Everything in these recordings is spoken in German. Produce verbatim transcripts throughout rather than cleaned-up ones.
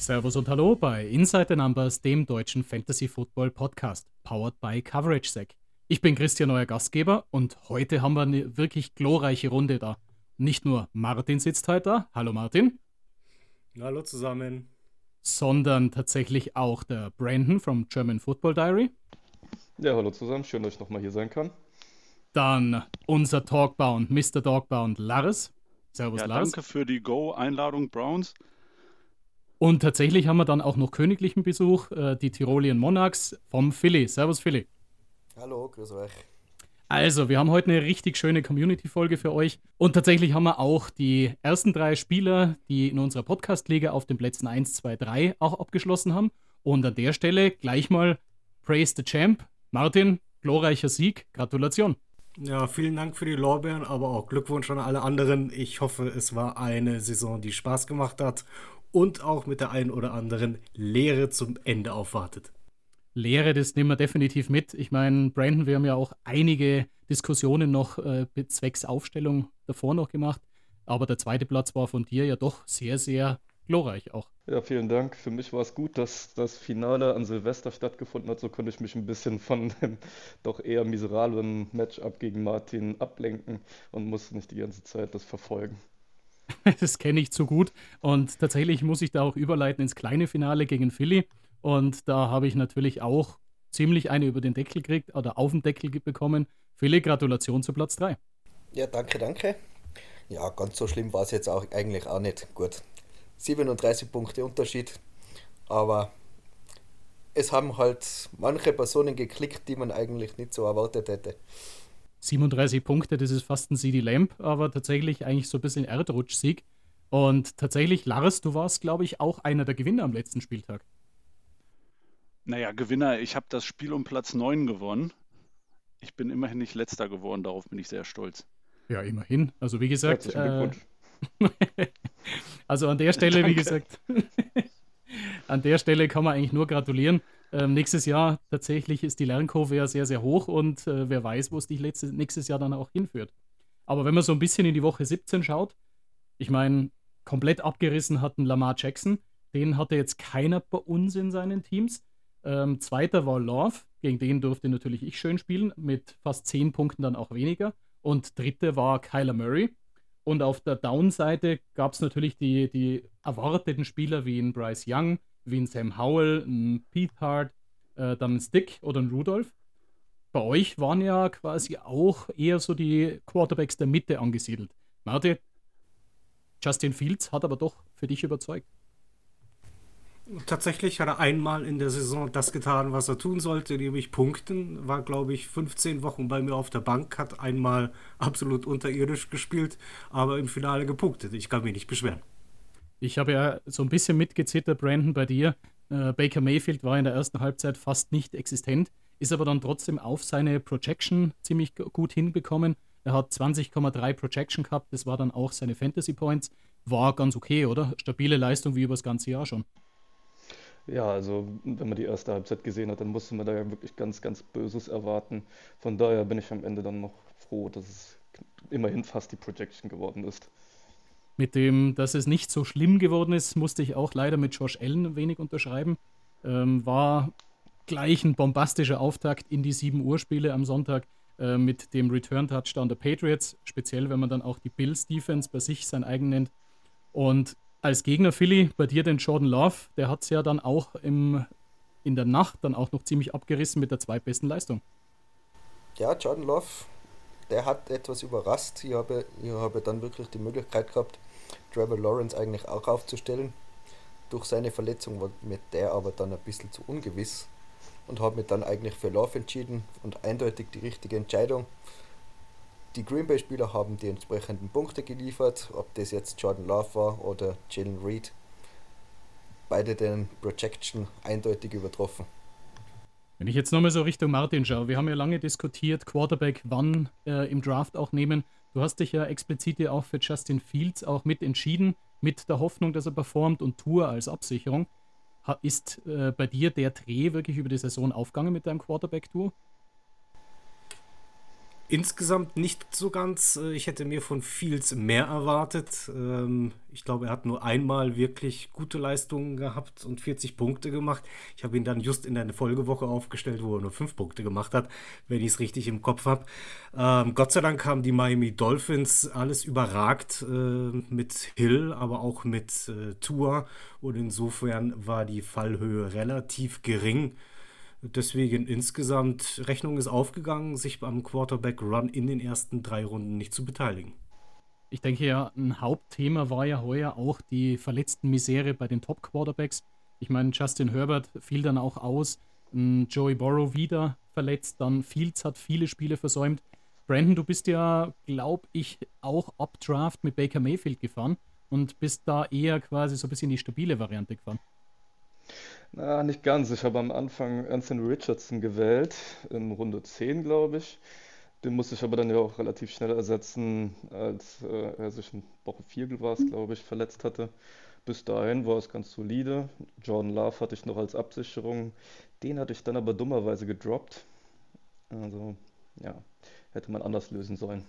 Servus und Hallo bei Inside the Numbers, dem deutschen Fantasy-Football-Podcast, powered by CoverageSec. Ich bin Christian, euer Gastgeber, und heute haben wir eine wirklich glorreiche Runde da. Nicht nur Martin sitzt heute da, hallo Martin. Hallo zusammen. Sondern tatsächlich auch der Brandon vom German Football Diary. Ja, hallo zusammen, schön, dass ich nochmal hier sein kann. Dann unser Talkbound, Mister Talkbound Lars. Servus ja, Lars. Danke für die Go-Einladung, Browns. Und tatsächlich haben wir dann auch noch königlichen Besuch, äh, die Tirolian Monarchs vom Philly. Servus Philly. Hallo, grüß euch. Also, wir haben heute eine richtig schöne Community-Folge für euch. Und tatsächlich haben wir auch die ersten drei Spieler, die in unserer Podcast-Liga auf den Plätzen eins, zwei, drei auch abgeschlossen haben. Und an der Stelle gleich mal Praise the Champ. Martin, glorreicher Sieg. Gratulation. Ja, vielen Dank für die Lorbeeren, aber auch Glückwunsch an alle anderen. Ich hoffe, es war eine Saison, die Spaß gemacht hat und auch mit der einen oder anderen Lehre zum Ende aufwartet. Lehre, das nehmen wir definitiv mit. Ich meine, Brandon, wir haben ja auch einige Diskussionen noch äh, zwecks Aufstellung davor noch gemacht, aber der zweite Platz war von dir ja doch sehr, sehr glorreich auch. Ja, vielen Dank. Für mich war es gut, dass das Finale an Silvester stattgefunden hat. So konnte ich mich ein bisschen von dem doch eher miserablen Matchup gegen Martin ablenken und musste nicht die ganze Zeit das verfolgen. Das kenne ich zu gut, und tatsächlich muss ich da auch überleiten ins kleine Finale gegen Philly, und da habe ich natürlich auch ziemlich eine über den Deckel gekriegt oder auf den Deckel bekommen. Philly, Gratulation zu Platz drei. Ja, danke, danke. Ja, ganz so schlimm war es jetzt auch eigentlich auch nicht. Gut, siebenunddreißig Punkte Unterschied, aber es haben halt manche Personen geklickt, die man eigentlich nicht so erwartet hätte. siebenunddreißig Punkte, das ist fast ein C D Lamb, aber tatsächlich eigentlich so ein bisschen Erdrutsch-Sieg. Und tatsächlich, Lars, du warst, glaube ich, auch einer der Gewinner am letzten Spieltag. Naja, Gewinner, ich habe das Spiel um Platz neun gewonnen. Ich bin immerhin nicht Letzter geworden, darauf bin ich sehr stolz. Ja, immerhin. Also wie gesagt, Herzlichen Glückwunsch. Äh, also an der Stelle, wie gesagt, an der Stelle kann man eigentlich nur gratulieren. Ähm, nächstes Jahr tatsächlich ist die Lernkurve ja sehr, sehr hoch, und äh, wer weiß, wo es dich letztes, nächstes Jahr dann auch hinführt. Aber wenn man so ein bisschen in die Woche siebzehn schaut, ich meine, komplett abgerissen hatten Lamar Jackson, den hatte jetzt keiner bei uns in seinen Teams. Ähm, zweiter war Love, gegen den durfte natürlich ich schön spielen, mit fast zehn Punkten dann auch weniger. Und dritte war Kyler Murray. Und auf der Down-Seite gab es natürlich die, die erwarteten Spieler wie ein Bryce Young, wie ein Sam Howell, ein Pete Hart, äh, dann ein Stick oder ein Rudolph. Bei euch waren ja quasi auch eher so die Quarterbacks der Mitte angesiedelt. Martin, Justin Fields hat aber doch für dich überzeugt. Tatsächlich hat er einmal in der Saison das getan, was er tun sollte, nämlich punkten. War, glaube ich, fünfzehn Wochen bei mir auf der Bank, hat einmal absolut unterirdisch gespielt, aber im Finale gepunktet. Ich kann mich nicht beschweren. Ich habe ja so ein bisschen mitgezittert, Brandon, bei dir. Äh, Baker Mayfield war in der ersten Halbzeit fast nicht existent, ist aber dann trotzdem auf seine Projection ziemlich g- gut hinbekommen. Er hat zwanzig Komma drei Projection gehabt, das war dann auch seine Fantasy Points. War ganz okay, oder? Stabile Leistung wie über das ganze Jahr schon. Ja, also wenn man die erste Halbzeit gesehen hat, dann musste man da ja wirklich ganz, ganz Böses erwarten. Von daher bin ich am Ende dann noch froh, dass es immerhin fast die Projection geworden ist. Mit dem, dass es nicht so schlimm geworden ist, musste ich auch leider mit Josh Allen ein wenig unterschreiben. Ähm, war gleich ein bombastischer Auftakt in die sieben Uhr Spiele am Sonntag äh, mit dem Return-Touchdown der Patriots, speziell wenn man dann auch die Bills-Defense bei sich sein eigen nennt. Und als Gegner Philly, bei dir den Jordan Love, der hat es ja dann auch im, in der Nacht dann auch noch ziemlich abgerissen mit der zweitbesten Leistung. Ja, Jordan Love, der hat etwas überrascht. Ich habe, ich habe dann wirklich die Möglichkeit gehabt, Trevor Lawrence eigentlich auch aufzustellen. Durch seine Verletzung war mir der aber dann ein bisschen zu ungewiss und habe mich dann eigentlich für Love entschieden und eindeutig die richtige Entscheidung. Die Green Bay-Spieler haben die entsprechenden Punkte geliefert, ob das jetzt Jordan Love war oder Jalen Reed. Beide den Projection eindeutig übertroffen. Wenn ich jetzt nochmal so Richtung Martin schaue, wir haben ja lange diskutiert, Quarterback wann äh, im Draft auch nehmen. Du hast dich ja explizit ja auch für Justin Fields auch mit entschieden, mit der Hoffnung, dass er performt, und Tour als Absicherung. Ha, ist äh, bei dir der Dreh wirklich über die Saison aufgegangen mit deinem Quarterback-Tour? Insgesamt nicht so ganz. Äh, Ich hätte mir von Fields mehr erwartet. Ähm, Ich glaube, er hat nur einmal wirklich gute Leistungen gehabt und vierzig Punkte gemacht. Ich habe ihn dann just in eine Folgewoche aufgestellt, wo er nur fünf Punkte gemacht hat, wenn ich es richtig im Kopf habe. Ähm, Gott sei Dank haben die Miami Dolphins alles überragt äh, mit Hill, aber auch mit äh, Tua. Und insofern war die Fallhöhe relativ gering. Deswegen insgesamt, Rechnung ist aufgegangen, sich am Quarterback-Run in den ersten drei Runden nicht zu beteiligen. Ich denke ja, ein Hauptthema war ja heuer auch die Verletzten-Misere bei den Top-Quarterbacks. Ich meine, Justin Herbert fiel dann auch aus, m, Joey Burrow wieder verletzt, dann Fields hat viele Spiele versäumt. Brandon, du bist ja, glaube ich, auch ab Draft mit Baker Mayfield gefahren und bist da eher quasi so ein bisschen die stabile Variante gefahren. Na, nicht ganz. Ich habe am Anfang Anthony Richardson gewählt, in Runde zehn, glaube ich. Den musste ich aber dann ja auch relativ schnell ersetzen, als äh, er sich in Woche vier, war es, glaube ich, verletzt hatte. Bis dahin war es ganz solide. Jordan Love hatte ich noch als Absicherung. Den hatte ich dann aber dummerweise gedroppt. Also, ja, hätte man anders lösen sollen.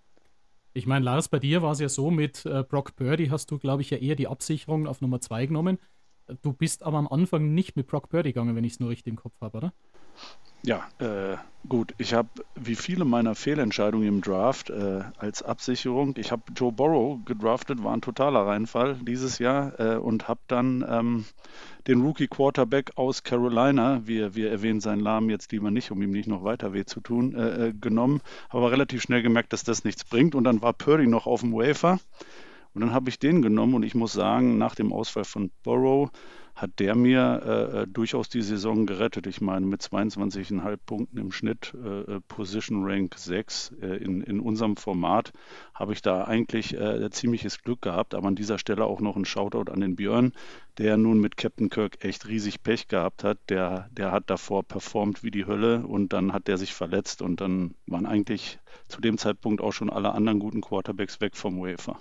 Ich meine, Lars, bei dir war es ja so, mit äh, Brock Purdy hast du, glaube ich, ja eher die Absicherung auf Nummer zwei genommen. Du bist aber am Anfang nicht mit Brock Purdy gegangen, wenn ich es nur richtig im Kopf habe, oder? Ja, äh, gut. Ich habe wie viele meiner Fehlentscheidungen im Draft äh, als Absicherung, ich habe Joe Burrow gedraftet, war ein totaler Reinfall dieses Jahr äh, und habe dann ähm, den Rookie Quarterback aus Carolina, wir, wir erwähnen seinen Namen jetzt lieber nicht, um ihm nicht noch weiter weh zu tun, äh, äh, genommen, habe aber relativ schnell gemerkt, dass das nichts bringt und dann war Purdy noch auf dem Wafer. Und dann habe ich den genommen und ich muss sagen, nach dem Ausfall von Burrow hat der mir äh, äh, durchaus die Saison gerettet. Ich meine, mit zweiundzwanzig Komma fünf Punkten im Schnitt, äh, äh, Position Rank sechs äh, in, in unserem Format, habe ich da eigentlich äh, ziemliches Glück gehabt. Aber an dieser Stelle auch noch ein Shoutout an den Björn, der nun mit Captain Kirk echt riesig Pech gehabt hat. Der, der hat davor performt wie die Hölle und dann hat der sich verletzt und dann waren eigentlich zu dem Zeitpunkt auch schon alle anderen guten Quarterbacks weg vom Wafer.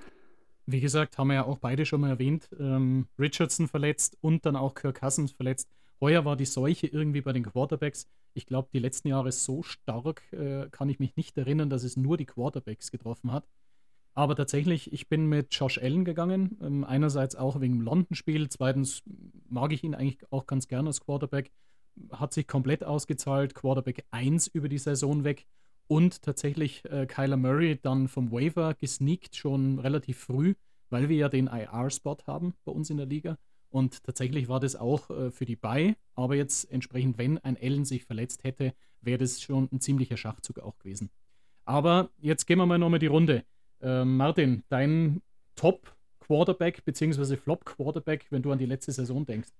Wie gesagt, haben wir ja auch beide schon mal erwähnt, ähm, Richardson verletzt und dann auch Kirk Cousins verletzt. Heuer war die Seuche irgendwie bei den Quarterbacks. Ich glaube, die letzten Jahre so stark äh, kann ich mich nicht erinnern, dass es nur die Quarterbacks getroffen hat. Aber tatsächlich, ich bin mit Josh Allen gegangen. Ähm, einerseits auch wegen dem London-Spiel. Zweitens mag ich ihn eigentlich auch ganz gerne als Quarterback. Hat sich komplett ausgezahlt. Quarterback eins über die Saison weg. Und tatsächlich äh, Kyler Murray dann vom Waiver gesneakt, schon relativ früh, weil wir ja den I R-Spot haben bei uns in der Liga. Und tatsächlich war das auch äh, für die Bye. Aber jetzt entsprechend, wenn ein Allen sich verletzt hätte, wäre das schon ein ziemlicher Schachzug auch gewesen. Aber jetzt gehen wir mal nochmal die Runde. Äh, Martin, dein Top-Quarterback bzw. Flop-Quarterback, wenn du an die letzte Saison denkst?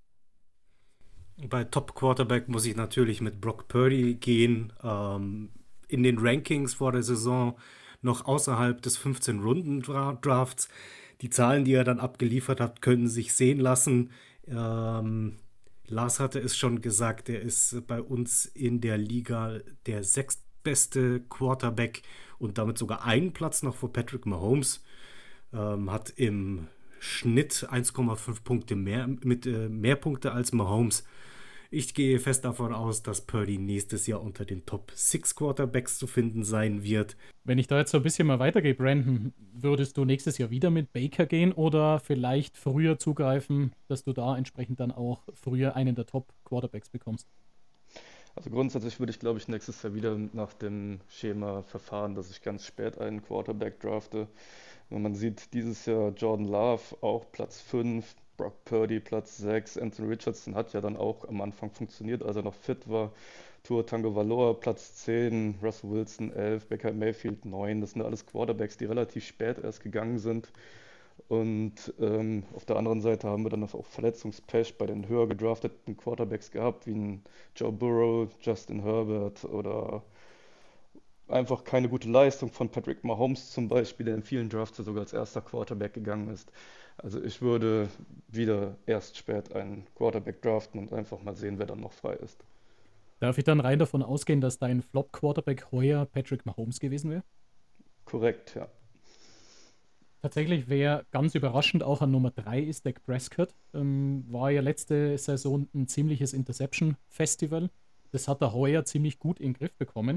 Bei Top-Quarterback muss ich natürlich mit Brock Purdy gehen. Ähm, in den Rankings vor der Saison noch außerhalb des fünfzehn-Runden-Drafts. Die Zahlen, die er dann abgeliefert hat, können sich sehen lassen. Ähm, Lars hatte es schon gesagt, er ist bei uns in der Liga der sechstbeste Quarterback und damit sogar einen Platz noch vor Patrick Mahomes. Ähm, hat im Schnitt eins Komma fünf Punkte mehr, mit äh, mehr Punkte als Mahomes. Ich gehe fest davon aus, dass Purdy nächstes Jahr unter den Top sechs Quarterbacks zu finden sein wird. Wenn ich da jetzt so ein bisschen mal weitergehe, Brandon, würdest du nächstes Jahr wieder mit Baker gehen oder vielleicht früher zugreifen, dass du da entsprechend dann auch früher einen der Top Quarterbacks bekommst? Also grundsätzlich würde ich, glaube ich, nächstes Jahr wieder nach dem Schema verfahren, dass ich ganz spät einen Quarterback drafte. Wenn man sieht, dieses Jahr Jordan Love auch Platz fünf, Brock Purdy Platz sechs, Anthony Richardson hat ja dann auch am Anfang funktioniert, als er noch fit war. Tua Tagovailoa Platz zehn, Russell Wilson elf, Baker Mayfield neun. Das sind alles Quarterbacks, die relativ spät erst gegangen sind. Und ähm, auf der anderen Seite haben wir dann auch Verletzungspech bei den höher gedrafteten Quarterbacks gehabt, wie ein Joe Burrow, Justin Herbert oder einfach keine gute Leistung von Patrick Mahomes zum Beispiel, der in vielen Drafts ja sogar als erster Quarterback gegangen ist. Also ich würde wieder erst spät einen Quarterback draften und einfach mal sehen, wer dann noch frei ist. Darf ich dann rein davon ausgehen, dass dein Flop-Quarterback heuer Patrick Mahomes gewesen wäre? Korrekt, ja. Tatsächlich, wer ganz überraschend auch an Nummer drei ist, Dak Prescott, ähm, war ja letzte Saison ein ziemliches Interception-Festival. Das hat er heuer ziemlich gut in den Griff bekommen.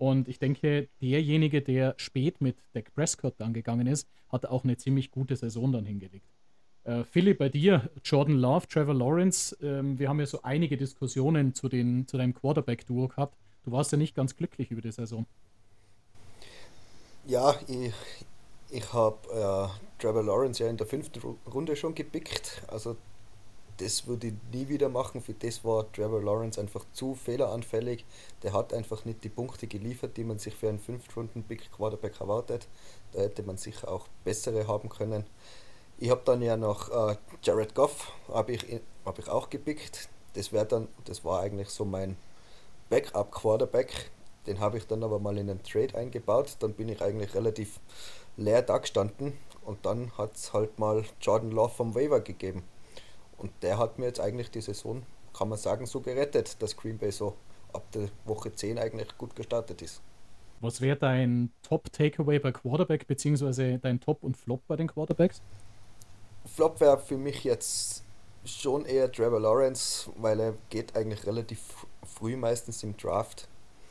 Und ich denke, derjenige, der spät mit Dak Prescott dann gegangen ist, hat auch eine ziemlich gute Saison dann hingelegt. Äh, Philipp, bei dir, Jordan Love, Trevor Lawrence, ähm, wir haben ja so einige Diskussionen zu, den, zu deinem Quarterback-Duo gehabt. Du warst ja nicht ganz glücklich über die Saison. Ja, ich, ich habe äh, Trevor Lawrence ja in der fünften Runde schon gepickt. Also das würde ich nie wieder machen. Für das war Trevor Lawrence einfach zu fehleranfällig. Der hat einfach nicht die Punkte geliefert, die man sich für einen fünf-Runden-Pick-Quarterback erwartet. Da hätte man sicher auch bessere haben können. Ich habe dann ja noch äh, Jared Goff, habe ich, hab ich auch gepickt. Das, dann, das war eigentlich so mein Backup-Quarterback. Den habe ich dann aber mal in einen Trade eingebaut. Dann bin ich eigentlich relativ leer da gestanden. Und dann hat es halt mal Jordan Love vom Waiver gegeben. Und der hat mir jetzt eigentlich die Saison, kann man sagen, so gerettet, dass Green Bay so ab der Woche zehn eigentlich gut gestartet ist. Was wäre dein Top-Takeaway bei Quarterback, beziehungsweise dein Top und Flop bei den Quarterbacks? Flop wäre für mich jetzt schon eher Trevor Lawrence, weil er geht eigentlich relativ früh meistens im Draft.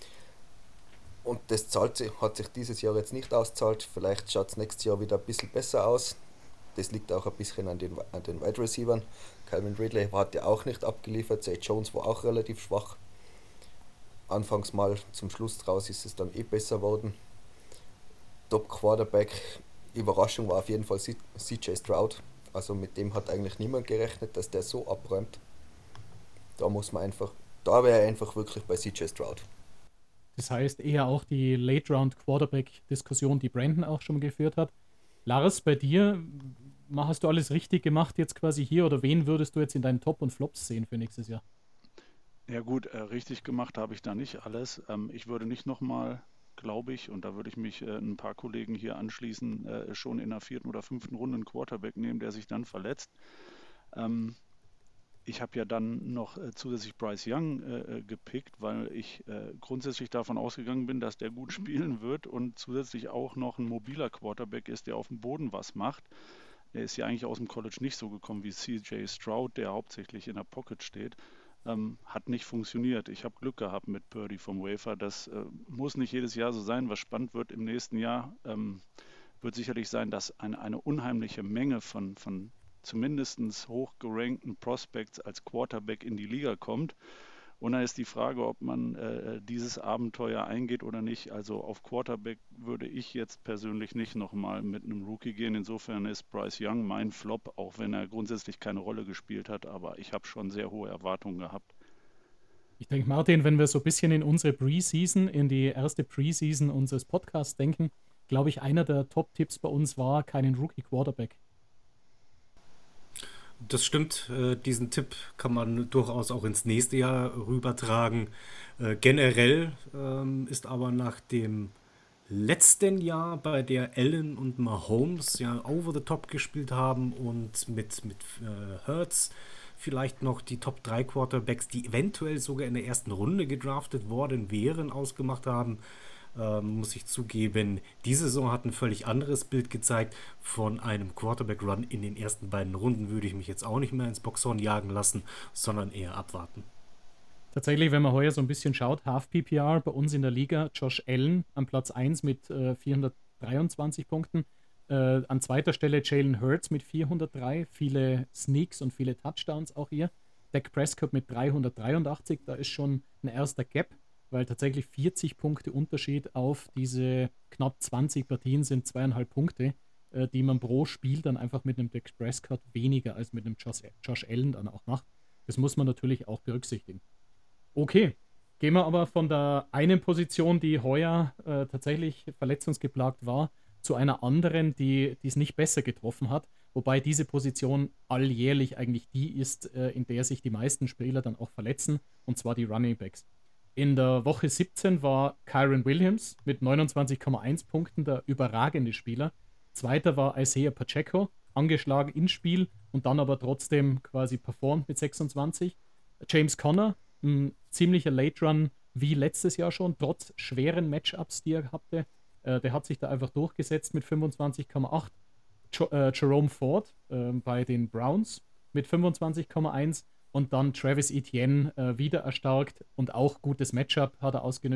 Und das zahlt sich, hat sich dieses Jahr jetzt nicht ausgezahlt. Vielleicht schaut es nächstes Jahr wieder ein bisschen besser aus. Das liegt auch ein bisschen an den, an den Wide Receivern. Calvin Ridley hat ja auch nicht abgeliefert. Zay Jones war auch relativ schwach. Anfangs mal, zum Schluss draus ist es dann eh besser geworden. Top Quarterback, Überraschung war auf jeden Fall C J Stroud. Also mit dem hat eigentlich niemand gerechnet, dass der so abräumt. Da muss man einfach, da wäre er einfach wirklich bei C J Stroud. Das heißt eher auch die Late-Round-Quarterback-Diskussion, die Brandon auch schon geführt hat. Lars, bei dir, hast du alles richtig gemacht jetzt quasi hier oder wen würdest du jetzt in deinen Top und Flops sehen für nächstes Jahr? Ja gut, äh, richtig gemacht habe ich da nicht alles. Ähm, ich würde nicht nochmal, glaube ich, und da würde ich mich äh, ein paar Kollegen hier anschließen, äh, schon in der vierten oder fünften Runde einen Quarterback nehmen, der sich dann verletzt. Ähm, Ich habe ja dann noch äh, zusätzlich Bryce Young äh, gepickt, weil ich äh, grundsätzlich davon ausgegangen bin, dass der gut spielen wird und zusätzlich auch noch ein mobiler Quarterback ist, der auf dem Boden was macht. Der ist ja eigentlich aus dem College nicht so gekommen wie C J Stroud, der hauptsächlich in der Pocket steht. Ähm, hat nicht funktioniert. Ich habe Glück gehabt mit Purdy vom Wafer. Das äh, muss nicht jedes Jahr so sein. Was spannend wird im nächsten Jahr, ähm, wird sicherlich sein, dass eine, eine unheimliche Menge von, von zumindest hochgerankten Prospects als Quarterback in die Liga kommt. Und dann ist die Frage, ob man äh, dieses Abenteuer eingeht oder nicht. Also auf Quarterback würde ich jetzt persönlich nicht nochmal mit einem Rookie gehen. Insofern ist Bryce Young mein Flop, auch wenn er grundsätzlich keine Rolle gespielt hat. Aber ich habe schon sehr hohe Erwartungen gehabt. Ich denke, Martin, wenn wir so ein bisschen in unsere Preseason, in die erste Preseason unseres Podcasts denken, glaube ich, einer der Top-Tipps bei uns war, keinen Rookie-Quarterback. Das stimmt, äh, diesen Tipp kann man durchaus auch ins nächste Jahr rübertragen. Äh, generell ähm, ist aber nach dem letzten Jahr, bei der Allen und Mahomes ja over the top gespielt haben und mit, mit äh, Hurts vielleicht noch die Top drei Quarterbacks, die eventuell sogar in der ersten Runde gedraftet worden wären, ausgemacht haben, Ähm, muss ich zugeben, diese Saison hat ein völlig anderes Bild gezeigt. Von einem Quarterback-Run in den ersten beiden Runden würde ich mich jetzt auch nicht mehr ins Boxhorn jagen lassen, sondern eher abwarten. Tatsächlich, wenn man heuer so ein bisschen schaut, Half-P P R bei uns in der Liga, Josh Allen an Platz eins mit äh, vierhundertdreiundzwanzig Punkten, äh, an zweiter Stelle Jalen Hurts mit vierhundertdrei, viele Sneaks und viele Touchdowns auch hier, Dak Prescott mit dreihundertdreiundachtzig, da ist schon ein erster Gap, weil tatsächlich vierzig Punkte Unterschied auf diese knapp zwanzig Partien sind zweieinhalb Punkte, äh, die man pro Spiel dann einfach mit einem Dak Prescott weniger als mit einem Josh, Josh Allen dann auch macht. Das muss man natürlich auch berücksichtigen. Okay, gehen wir aber von der einen Position, die heuer äh, tatsächlich verletzungsgeplagt war, zu einer anderen, die es nicht besser getroffen hat, wobei diese Position alljährlich eigentlich die ist, äh, in der sich die meisten Spieler dann auch verletzen, und zwar die Running Backs. In der Woche siebzehn war Kyren Williams mit neunundzwanzig Komma eins Punkten der überragende Spieler. Zweiter war Isaiah Pacheco, angeschlagen ins Spiel und dann aber trotzdem quasi performt mit sechsundzwanzig. James Conner, ein ziemlicher Late Run wie letztes Jahr schon, trotz schweren Matchups, die er hatte. Äh, der hat sich da einfach durchgesetzt mit fünfundzwanzig Komma acht. Jo- äh, Jerome Ford äh, bei den Browns mit fünfundzwanzig Komma eins. Und dann Travis Etienne äh, wieder erstarkt und auch gutes Matchup hat er ausgenutzt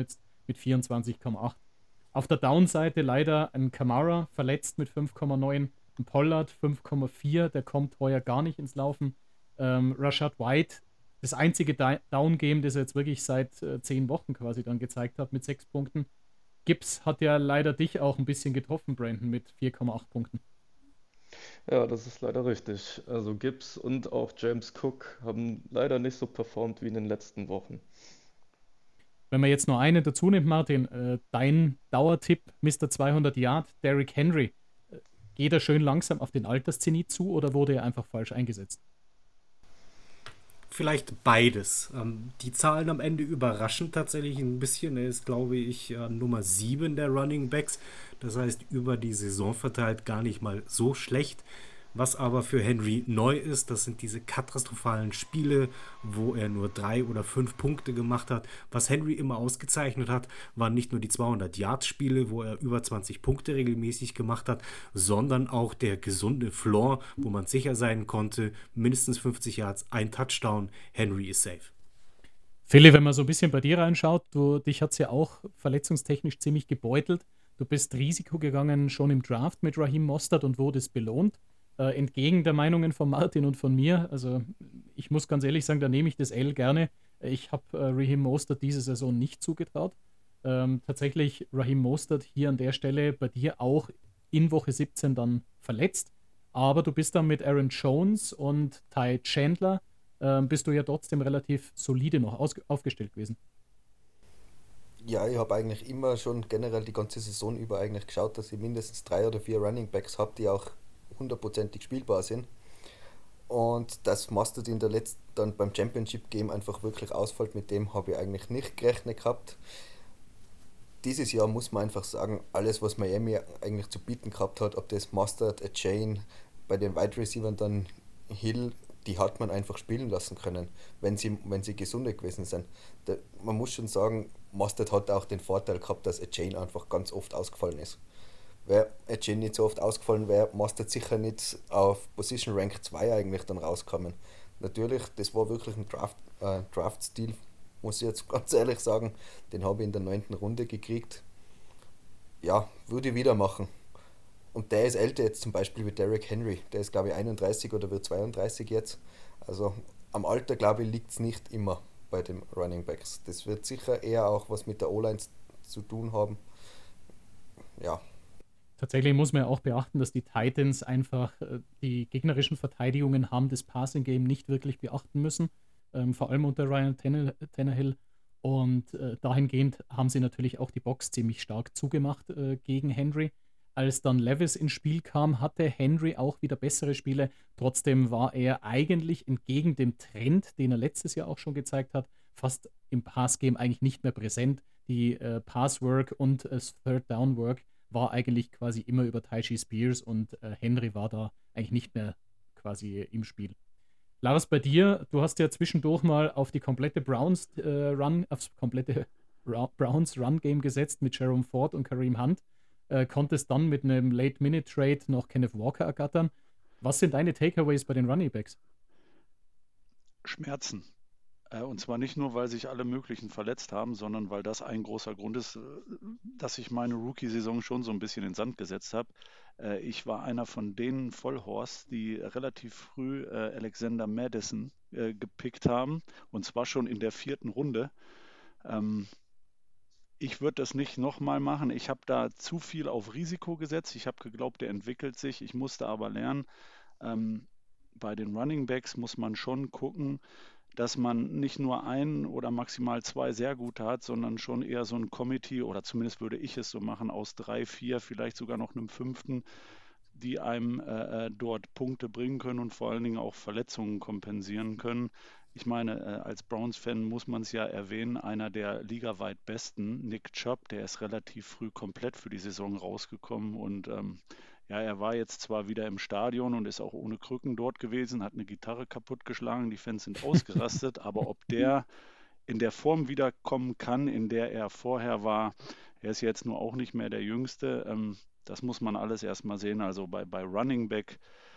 mit vierundzwanzig Komma acht. Auf der Downseite leider ein Kamara verletzt mit fünf Komma neun, ein Pollard fünf Komma vier, der kommt heuer gar nicht ins Laufen. Ähm, Rashad White, das einzige Down-Game, das er jetzt wirklich seit äh, zehn Wochen quasi dann gezeigt hat mit sechs Punkten. Gibbs hat ja leider dich auch ein bisschen getroffen, Brandon, mit vier Komma acht Punkten. Ja, das ist leider richtig. Also Gibbs und auch James Cook haben leider nicht so performt wie in den letzten Wochen. Wenn man jetzt nur einen dazu nimmt, Martin, äh, dein Dauertipp, Mister zweihundert Yard, Derrick Henry, äh, geht er schön langsam auf den Alterszenit zu oder wurde er einfach falsch eingesetzt? Vielleicht beides. Ähm, die Zahlen am Ende überraschen tatsächlich ein bisschen. Er ist, glaube ich, äh, Nummer sieben der Running Backs. Das heißt, über die Saison verteilt gar nicht mal so schlecht. Was aber für Henry neu ist, das sind diese katastrophalen Spiele, wo er nur drei oder fünf Punkte gemacht hat. Was Henry immer ausgezeichnet hat, waren nicht nur die zweihundert-Yard-Spiele, wo er über zwanzig Punkte regelmäßig gemacht hat, sondern auch der gesunde Floor, wo man sicher sein konnte, mindestens fünfzig Yards, ein Touchdown, Henry ist safe. Philly, wenn man so ein bisschen bei dir reinschaut, du, dich hat es ja auch verletzungstechnisch ziemlich gebeutelt. Du bist Risiko gegangen schon im Draft mit Raheem Mostert und wurdest belohnt. Äh, entgegen der Meinungen von Martin und von mir. Also ich muss ganz ehrlich sagen, da nehme ich das L gerne. Ich habe äh, Raheem Mostert diese Saison nicht zugetraut. Ähm, tatsächlich Raheem Mostert hier an der Stelle bei dir auch in Woche siebzehn dann verletzt. Aber du bist dann mit Aaron Jones und Ty Chandler äh, bist du ja trotzdem relativ solide noch aus- aufgestellt gewesen. Ja, ich habe eigentlich immer schon generell die ganze Saison über eigentlich geschaut, dass ich mindestens drei oder vier Running Backs habe, die auch hundertprozentig spielbar sind. Und dass Mostert in der letzten, dann beim Championship Game einfach wirklich ausfällt, mit dem habe ich eigentlich nicht gerechnet gehabt. Dieses Jahr muss man einfach sagen, alles was Miami eigentlich zu bieten gehabt hat, ob das Mostert, a Chain, bei den Wide Receivers dann Hill, die hat man einfach spielen lassen können, wenn sie, wenn sie gesunde gewesen sind. Der, man muss schon sagen, Mostert hat auch den Vorteil gehabt, dass a Chain einfach ganz oft ausgefallen ist. Wäre Etienne nicht so oft ausgefallen, wäre Mostert sicher nicht auf Position Rank zwei eigentlich dann rausgekommen. Natürlich, das war wirklich ein Draft, äh, Draft-Stil, muss ich jetzt ganz ehrlich sagen. Den habe ich in der neunten Runde gekriegt. Ja, würde ich wieder machen. Und der ist älter jetzt zum Beispiel wie Derrick Henry. Der ist, glaube ich, einunddreißig oder wird zweiunddreißig jetzt. Also am Alter, glaube ich, liegt es nicht immer bei den Running Backs. Das wird sicher eher auch was mit der O-Line zu tun haben. Ja. Tatsächlich muss man ja auch beachten, dass die Titans einfach äh, die gegnerischen Verteidigungen haben das Passing-Game nicht wirklich beachten müssen, ähm, vor allem unter Ryan Tanne- Tannehill. Und äh, dahingehend haben sie natürlich auch die Box ziemlich stark zugemacht äh, gegen Henry. Als dann Levis ins Spiel kam, hatte Henry auch wieder bessere Spiele. Trotzdem war er eigentlich entgegen dem Trend, den er letztes Jahr auch schon gezeigt hat, fast im Pass-Game eigentlich nicht mehr präsent. Die äh, Pass-Work und das Third-Down-Work war eigentlich quasi immer über Tyjae Spears und äh, Henry war da eigentlich nicht mehr quasi im Spiel. Lars, bei dir, du hast ja zwischendurch mal auf die komplette Browns äh, Run, aufs komplette Ra- Browns Run-Game gesetzt mit Jerome Ford und Kareem Hunt, äh, konntest dann mit einem Late-Minute-Trade noch Kenneth Walker ergattern. Was sind deine Takeaways bei den Running Backs? Schmerzen. Äh, Und zwar nicht nur, weil sich alle möglichen verletzt haben, sondern weil das ein großer Grund ist, äh, dass ich meine Rookie-Saison schon so ein bisschen in den Sand gesetzt habe. Äh, Ich war einer von den Vollhorsts, die relativ früh äh, Alexander Mattison äh, gepickt haben, und zwar schon in der vierten Runde. Ähm, Ich würde das nicht nochmal machen. Ich habe da zu viel auf Risiko gesetzt. Ich habe geglaubt, der entwickelt sich. Ich musste aber lernen, ähm, bei den Running Backs muss man schon gucken, dass man nicht nur einen oder maximal zwei sehr gute hat, sondern schon eher so ein Committee, oder zumindest würde ich es so machen, aus drei, vier, vielleicht sogar noch einem fünften, die einem äh, äh, dort Punkte bringen können und vor allen Dingen auch Verletzungen kompensieren können. Ich meine, äh, als Browns-Fan muss man es ja erwähnen, einer der ligaweit besten, Nick Chubb, der ist relativ früh komplett für die Saison rausgekommen und ähm, ja, er war jetzt zwar wieder im Stadion und ist auch ohne Krücken dort gewesen, hat eine Gitarre kaputtgeschlagen, die Fans sind ausgerastet, aber ob der in der Form wiederkommen kann, in der er vorher war, er ist jetzt nur auch nicht mehr der Jüngste, ähm, das muss man alles erstmal sehen. Also bei, bei Running Back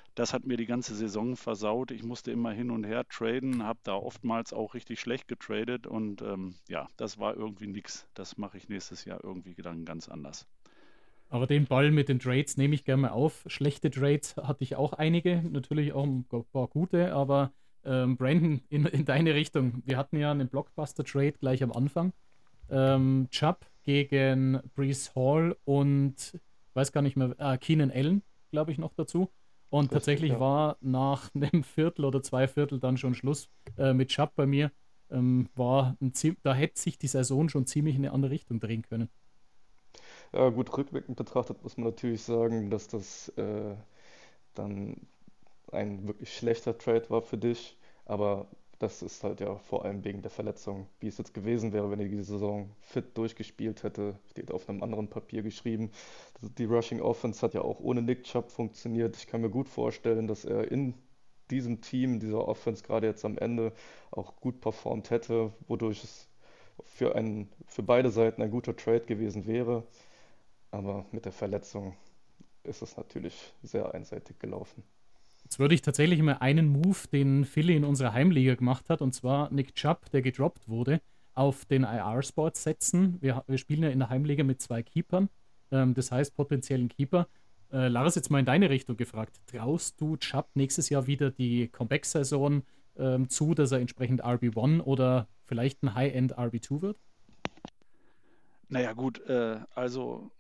Das hat mir die ganze Saison versaut. Ich musste immer hin und her traden, habe da oftmals auch richtig schlecht getradet und ähm, ja, das war irgendwie nix. Das mache ich nächstes Jahr irgendwie dann ganz anders. Aber den Ball mit den Trades nehme ich gerne mal auf. Schlechte Trades hatte ich auch einige, natürlich auch ein paar gute, aber ähm, Brandon, in, in deine Richtung. Wir hatten ja einen Blockbuster-Trade gleich am Anfang. Ähm, Chubb gegen Breece Hall und weiß gar nicht mehr, äh, Keenan Allen, glaube ich, noch dazu. Und Richtig, tatsächlich ja. war nach einem Viertel oder zwei Viertel dann schon Schluss äh, mit Chubb bei mir. Ähm, war ein, da hätte sich die Saison schon ziemlich in eine andere Richtung drehen können. Ja, gut, rückwirkend betrachtet muss man natürlich sagen, dass das äh, dann ein wirklich schlechter Trade war für dich. Aber das ist halt ja vor allem wegen der Verletzung. Wie es jetzt gewesen wäre, wenn er die Saison fit durchgespielt hätte, steht auf einem anderen Papier geschrieben. Die Rushing Offense hat ja auch ohne Nick Chubb funktioniert. Ich kann mir gut vorstellen, dass er in diesem Team, dieser Offense gerade jetzt am Ende auch gut performt hätte, wodurch es für, ein, für beide Seiten ein guter Trade gewesen wäre. Aber mit der Verletzung ist es natürlich sehr einseitig gelaufen. Jetzt würde ich tatsächlich mal einen Move, den Philly in unserer Heimliga gemacht hat, und zwar Nick Chubb, der gedroppt wurde, auf den I R-Spot setzen. Wir, wir spielen ja in der Heimliga mit zwei Keepern, ähm, das heißt potenziellen Keeper. Äh, Lars, jetzt mal in deine Richtung gefragt. Traust du Chubb nächstes Jahr wieder die Comeback-Saison ähm, zu, dass er entsprechend R B eins oder vielleicht ein High-End R B zwei wird? Naja gut, äh, also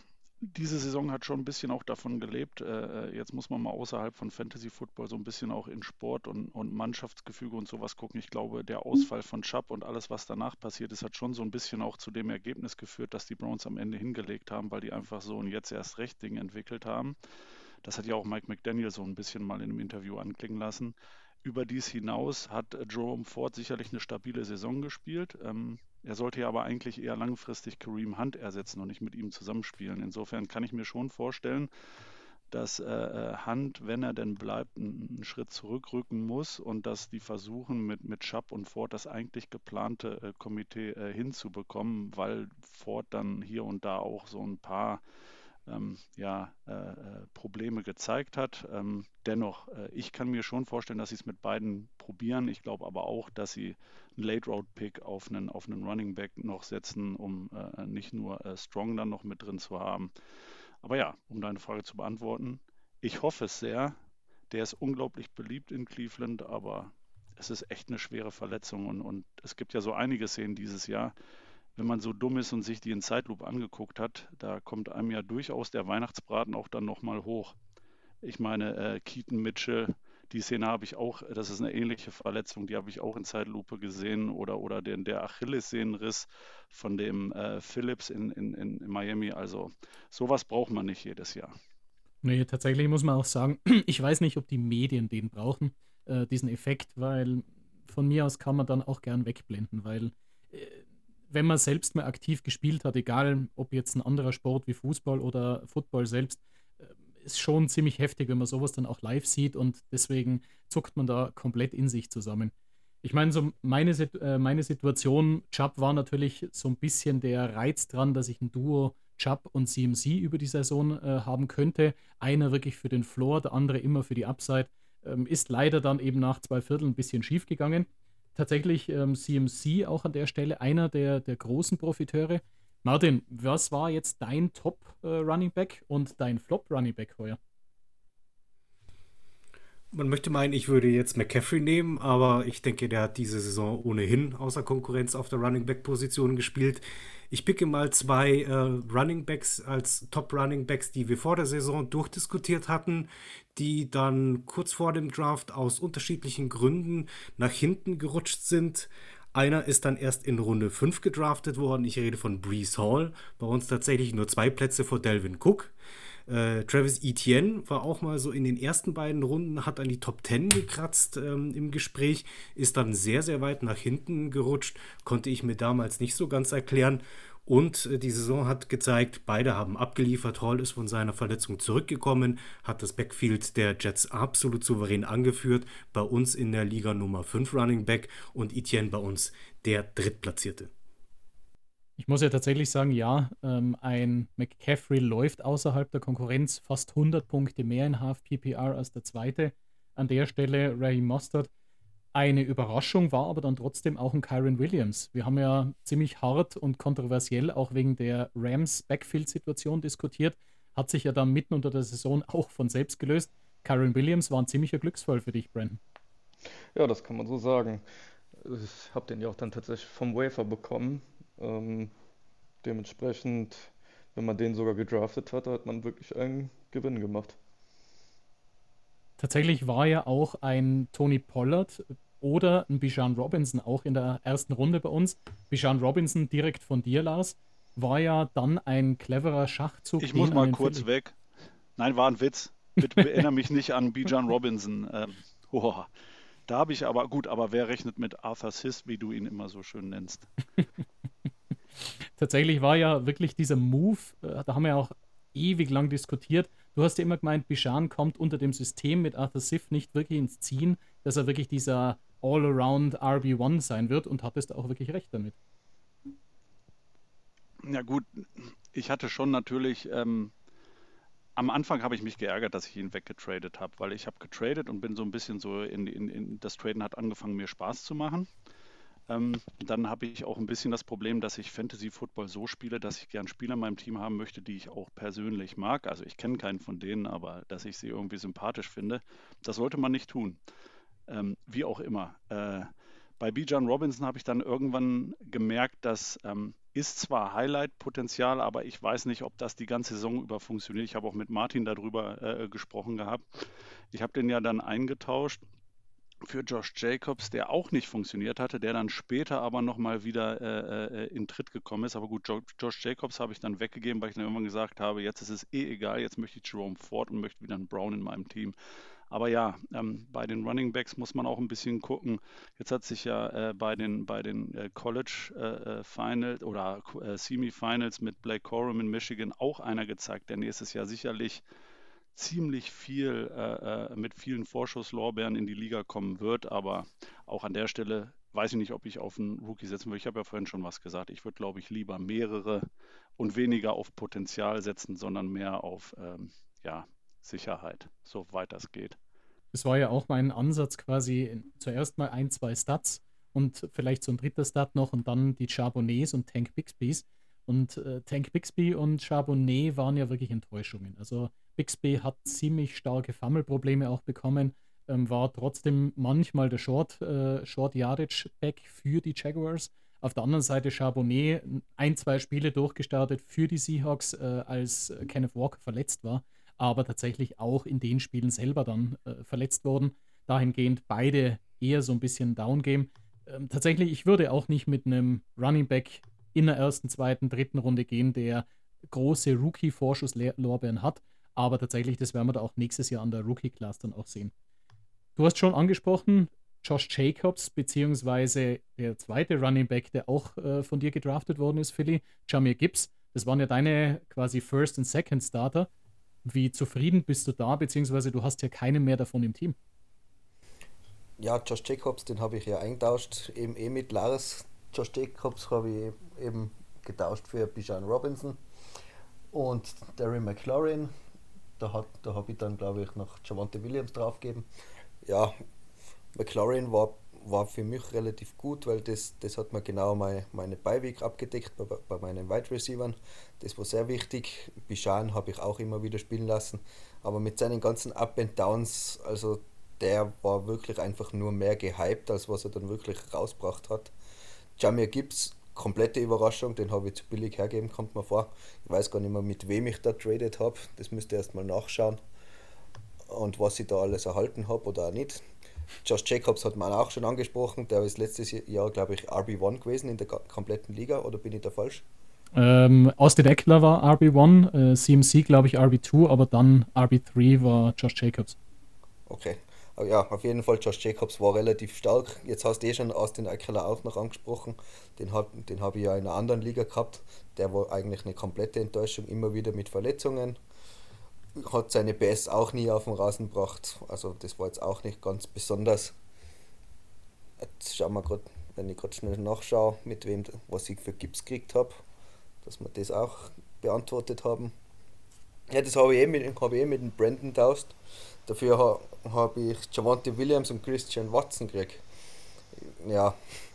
diese Saison hat schon ein bisschen auch davon gelebt. Äh, jetzt muss man mal außerhalb von Fantasy Football so ein bisschen auch in Sport und, und Mannschaftsgefüge und sowas gucken. Ich glaube, der Ausfall von Chubb und alles, was danach passiert ist, hat schon so ein bisschen auch zu dem Ergebnis geführt, dass die Browns am Ende hingelegt haben, weil die einfach so ein jetzt erst recht Ding entwickelt haben. Das hat ja auch Mike McDaniel so ein bisschen mal in einem Interview anklingen lassen. Überdies hinaus hat äh, Jerome Ford sicherlich eine stabile Saison gespielt. Ähm, er sollte ja aber eigentlich eher langfristig Kareem Hunt ersetzen und nicht mit ihm zusammenspielen. Insofern kann ich mir schon vorstellen, dass äh, Hunt, wenn er denn bleibt, einen, einen Schritt zurückrücken muss und dass die versuchen, mit, mit Chubb und Ford das eigentlich geplante äh, Komitee äh, hinzubekommen, weil Ford dann hier und da auch so ein paar ähm, ja, äh, Probleme gezeigt hat. Ähm, dennoch, äh, ich kann mir schon vorstellen, dass sie es mit beiden probieren. Ich glaube aber auch, dass sie einen Late-Road-Pick auf einen, auf einen Running Back noch setzen, um äh, nicht nur äh, Strong dann noch mit drin zu haben. Aber ja, um deine Frage zu beantworten, ich hoffe es sehr. Der ist unglaublich beliebt in Cleveland, aber es ist echt eine schwere Verletzung und, und es gibt ja so einige Szenen dieses Jahr. Wenn man so dumm ist und sich die in Zeitlupe angeguckt hat, da kommt einem ja durchaus der Weihnachtsbraten auch dann nochmal hoch. Ich meine, äh, Keaton Mitchell, die Szene habe ich auch, das ist eine ähnliche Verletzung, die habe ich auch in Zeitlupe gesehen oder, oder den, der Achillessehnenriss von dem äh, Phillips in, in, in Miami. Also sowas braucht man nicht jedes Jahr. Nee, tatsächlich muss man auch sagen, ich weiß nicht, ob die Medien den brauchen, äh, diesen Effekt, weil von mir aus kann man dann auch gern wegblenden, weil äh, wenn man selbst mal aktiv gespielt hat, egal ob jetzt ein anderer Sport wie Fußball oder Football selbst, äh, ist schon ziemlich heftig, wenn man sowas dann auch live sieht und deswegen zuckt man da komplett in sich zusammen. Ich meine, so meine, äh, meine Situation, Chubb war natürlich so ein bisschen der Reiz dran, dass ich ein Duo Chubb und C M C über die Saison äh, haben könnte. Einer wirklich für den Floor, der andere immer für die Upside. Ähm, ist leider dann eben nach zwei Vierteln ein bisschen schief gegangen. Tatsächlich ähm, C M C auch an der Stelle einer der, der großen Profiteure. Martin, was war jetzt dein Top-Running-Back äh, und dein Flop-Running-Back heuer? Man möchte meinen, ich würde jetzt McCaffrey nehmen, aber ich denke, der hat diese Saison ohnehin außer Konkurrenz auf der Running-Back-Position gespielt. Ich picke mal zwei äh, Running-Backs als Top-Running-Backs, die wir vor der Saison durchdiskutiert hatten, die dann kurz vor dem Draft aus unterschiedlichen Gründen nach hinten gerutscht sind. Einer ist dann erst in Runde fünf gedraftet worden. Ich rede von Breece Hall. Bei uns tatsächlich nur zwei Plätze vor Dalvin Cook. Äh, Travis Etienne war auch mal so in den ersten beiden Runden, hat an die Top zehn gekratzt ähm, im Gespräch, ist dann sehr, sehr weit nach hinten gerutscht, konnte ich mir damals nicht so ganz erklären. Und äh, die Saison hat gezeigt, beide haben abgeliefert. Hall ist von seiner Verletzung zurückgekommen, hat das Backfield der Jets absolut souverän angeführt. Bei uns in der Liga Nummer fünf Running Back und Etienne bei uns der Drittplatzierte. Ich muss ja tatsächlich sagen, ja, ähm, ein McCaffrey läuft außerhalb der Konkurrenz fast hundert Punkte mehr in Half P P R als der zweite. An der Stelle Raheem Mostert. Eine Überraschung war aber dann trotzdem auch ein Kyren Williams. Wir haben ja ziemlich hart und kontroversiell auch wegen der Rams Backfield-Situation diskutiert. Hat sich ja dann mitten unter der Saison auch von selbst gelöst. Kyren Williams war ein ziemlicher Glücksfall für dich, Brandon. Ja, das kann man so sagen. Ich habe den ja auch dann tatsächlich vom Wafer bekommen. Ähm, dementsprechend, wenn man den sogar gedraftet hat, hat man wirklich einen Gewinn gemacht. Tatsächlich war ja auch ein Tony Pollard oder ein Bijan Robinson auch in der ersten Runde bei uns. Bijan Robinson direkt von dir, Lars, war ja dann ein cleverer Schachzug. Ich den muss an mal den kurz Philly- weg. Nein, war ein Witz. Bitte erinnere mich nicht an Bijan Robinson. Ähm, oh, da habe ich aber, gut, aber wer rechnet mit Arthur Sis, wie du ihn immer so schön nennst? Tatsächlich war ja wirklich dieser Move, äh, da haben wir ja auch ewig lang diskutiert. Du hast ja immer gemeint, Bijan kommt unter dem System mit Arthur Sif nicht wirklich ins Ziehen, dass er wirklich dieser All-Around R B eins sein wird und hattest auch wirklich recht damit. Ja gut, ich hatte schon natürlich, ähm, am Anfang habe ich mich geärgert, dass ich ihn weggetradet habe, weil ich habe getradet und bin so ein bisschen so in, in, in das Traden hat angefangen, mir Spaß zu machen. Ähm, dann habe ich auch ein bisschen das Problem, dass ich Fantasy Football so spiele, dass ich gern Spieler in meinem Team haben möchte, die ich auch persönlich mag. Also ich kenne keinen von denen, aber dass ich sie irgendwie sympathisch finde, das sollte man nicht tun. Ähm, wie auch immer. Äh, bei Bijan Robinson habe ich dann irgendwann gemerkt, dass ähm, ist zwar Highlight-Potenzial, aber ich weiß nicht, ob das die ganze Saison über funktioniert. Ich habe auch mit Martin darüber äh, gesprochen gehabt. Ich habe den ja dann eingetauscht für Josh Jacobs, der auch nicht funktioniert hatte, der dann später aber nochmal wieder äh, äh, in Tritt gekommen ist. Aber gut, jo Josh Jacobs habe ich dann weggegeben, weil ich dann irgendwann gesagt habe, jetzt ist es eh egal, jetzt möchte ich Jerome Ford und möchte wieder einen Brown in meinem Team. Aber ja, ähm, bei den Running Backs muss man auch ein bisschen gucken. Jetzt hat sich ja äh, bei den, bei den äh, College äh, Finals oder äh, Semi-Finals mit Blake Corum in Michigan auch einer gezeigt, der nächstes Jahr sicherlich ziemlich viel äh, mit vielen Vorschusslorbeeren in die Liga kommen wird, aber auch an der Stelle weiß ich nicht, ob ich auf einen Rookie setzen würde. Ich habe ja vorhin schon was gesagt. Ich würde, glaube ich, lieber mehrere und weniger auf Potenzial setzen, sondern mehr auf ähm, ja, Sicherheit, soweit das geht. Das war ja auch mein Ansatz quasi, zuerst mal ein, zwei Stats und vielleicht so ein dritter Stat noch und dann die Charbonnets und Tank Bixbys. Und äh, Tank Bixby und Charbonnet waren ja wirklich Enttäuschungen. Also Bixby hat ziemlich starke Fumble-Probleme auch bekommen, ähm, war trotzdem manchmal der Short, äh, Short Yardage Back für die Jaguars. Auf der anderen Seite Charbonnet ein, zwei Spiele durchgestartet für die Seahawks, äh, als Kenneth Walker verletzt war, aber tatsächlich auch in den Spielen selber dann äh, verletzt worden. Dahingehend beide eher so ein bisschen Down-Game. Ähm, tatsächlich, ich würde auch nicht mit einem Running Back in der ersten, zweiten, dritten Runde gehen, der große Rookie-Vorschusslorbeeren hat. Aber tatsächlich, das werden wir da auch nächstes Jahr an der Rookie-Class dann auch sehen. Du hast schon angesprochen, Josh Jacobs, beziehungsweise der zweite Running Back, der auch äh, von dir gedraftet worden ist, Philly, Jahmyr Gibbs. Das waren ja deine quasi First- und Second-Starter. Wie zufrieden bist du da, beziehungsweise du hast ja keinen mehr davon im Team? Ja, Josh Jacobs, den habe ich ja eingetauscht, eben eh mit Lars. Josh Jacobs habe ich eben getauscht für Bijan Robinson und Darren McLaurin. Da, hat, da habe ich dann, glaube ich, noch Javonte Williams draufgegeben. Ja, McLaurin war, war für mich relativ gut, weil das, das hat mir genau meine, meine Beiweg abgedeckt bei, bei meinen Wide Receivern. Das war sehr wichtig. Bijan habe ich auch immer wieder spielen lassen. Aber mit seinen ganzen Up and Downs, also der war wirklich einfach nur mehr gehypt, als was er dann wirklich rausgebracht hat. Jahmyr Gibbs, komplette Überraschung, den habe ich zu billig hergeben, kommt mir vor. Ich weiß gar nicht mehr, mit wem ich da traded habe, das müsst ihr erst mal nachschauen. Und was ich da alles erhalten habe oder auch nicht. Josh Jacobs hat man auch schon angesprochen, der ist letztes Jahr, glaube ich, R B eins gewesen in der kompletten Liga, oder bin ich da falsch? Ähm, Austin Eckler war R B eins, äh, C M C, glaube ich, R B zwei, aber dann R B drei war Josh Jacobs. Okay. Aber ja, auf jeden Fall, Josh Jacobs war relativ stark. Jetzt hast du eh schon Austin Eckler auch noch angesprochen. Den, hat, den habe ich ja in einer anderen Liga gehabt. Der war eigentlich eine komplette Enttäuschung, immer wieder mit Verletzungen. Hat seine B S auch nie auf den Rasen gebracht. Also das war jetzt auch nicht ganz besonders. Jetzt schauen wir gerade, wenn ich gerade schnell nachschaue, mit wem, was ich für Gips gekriegt habe, dass wir das auch beantwortet haben. Ja, das habe ich eh mit, hab ich eh mit dem Brandon tauscht. Dafür ha, habe ich Javonte Williams und Christian Watson gekriegt. Ja,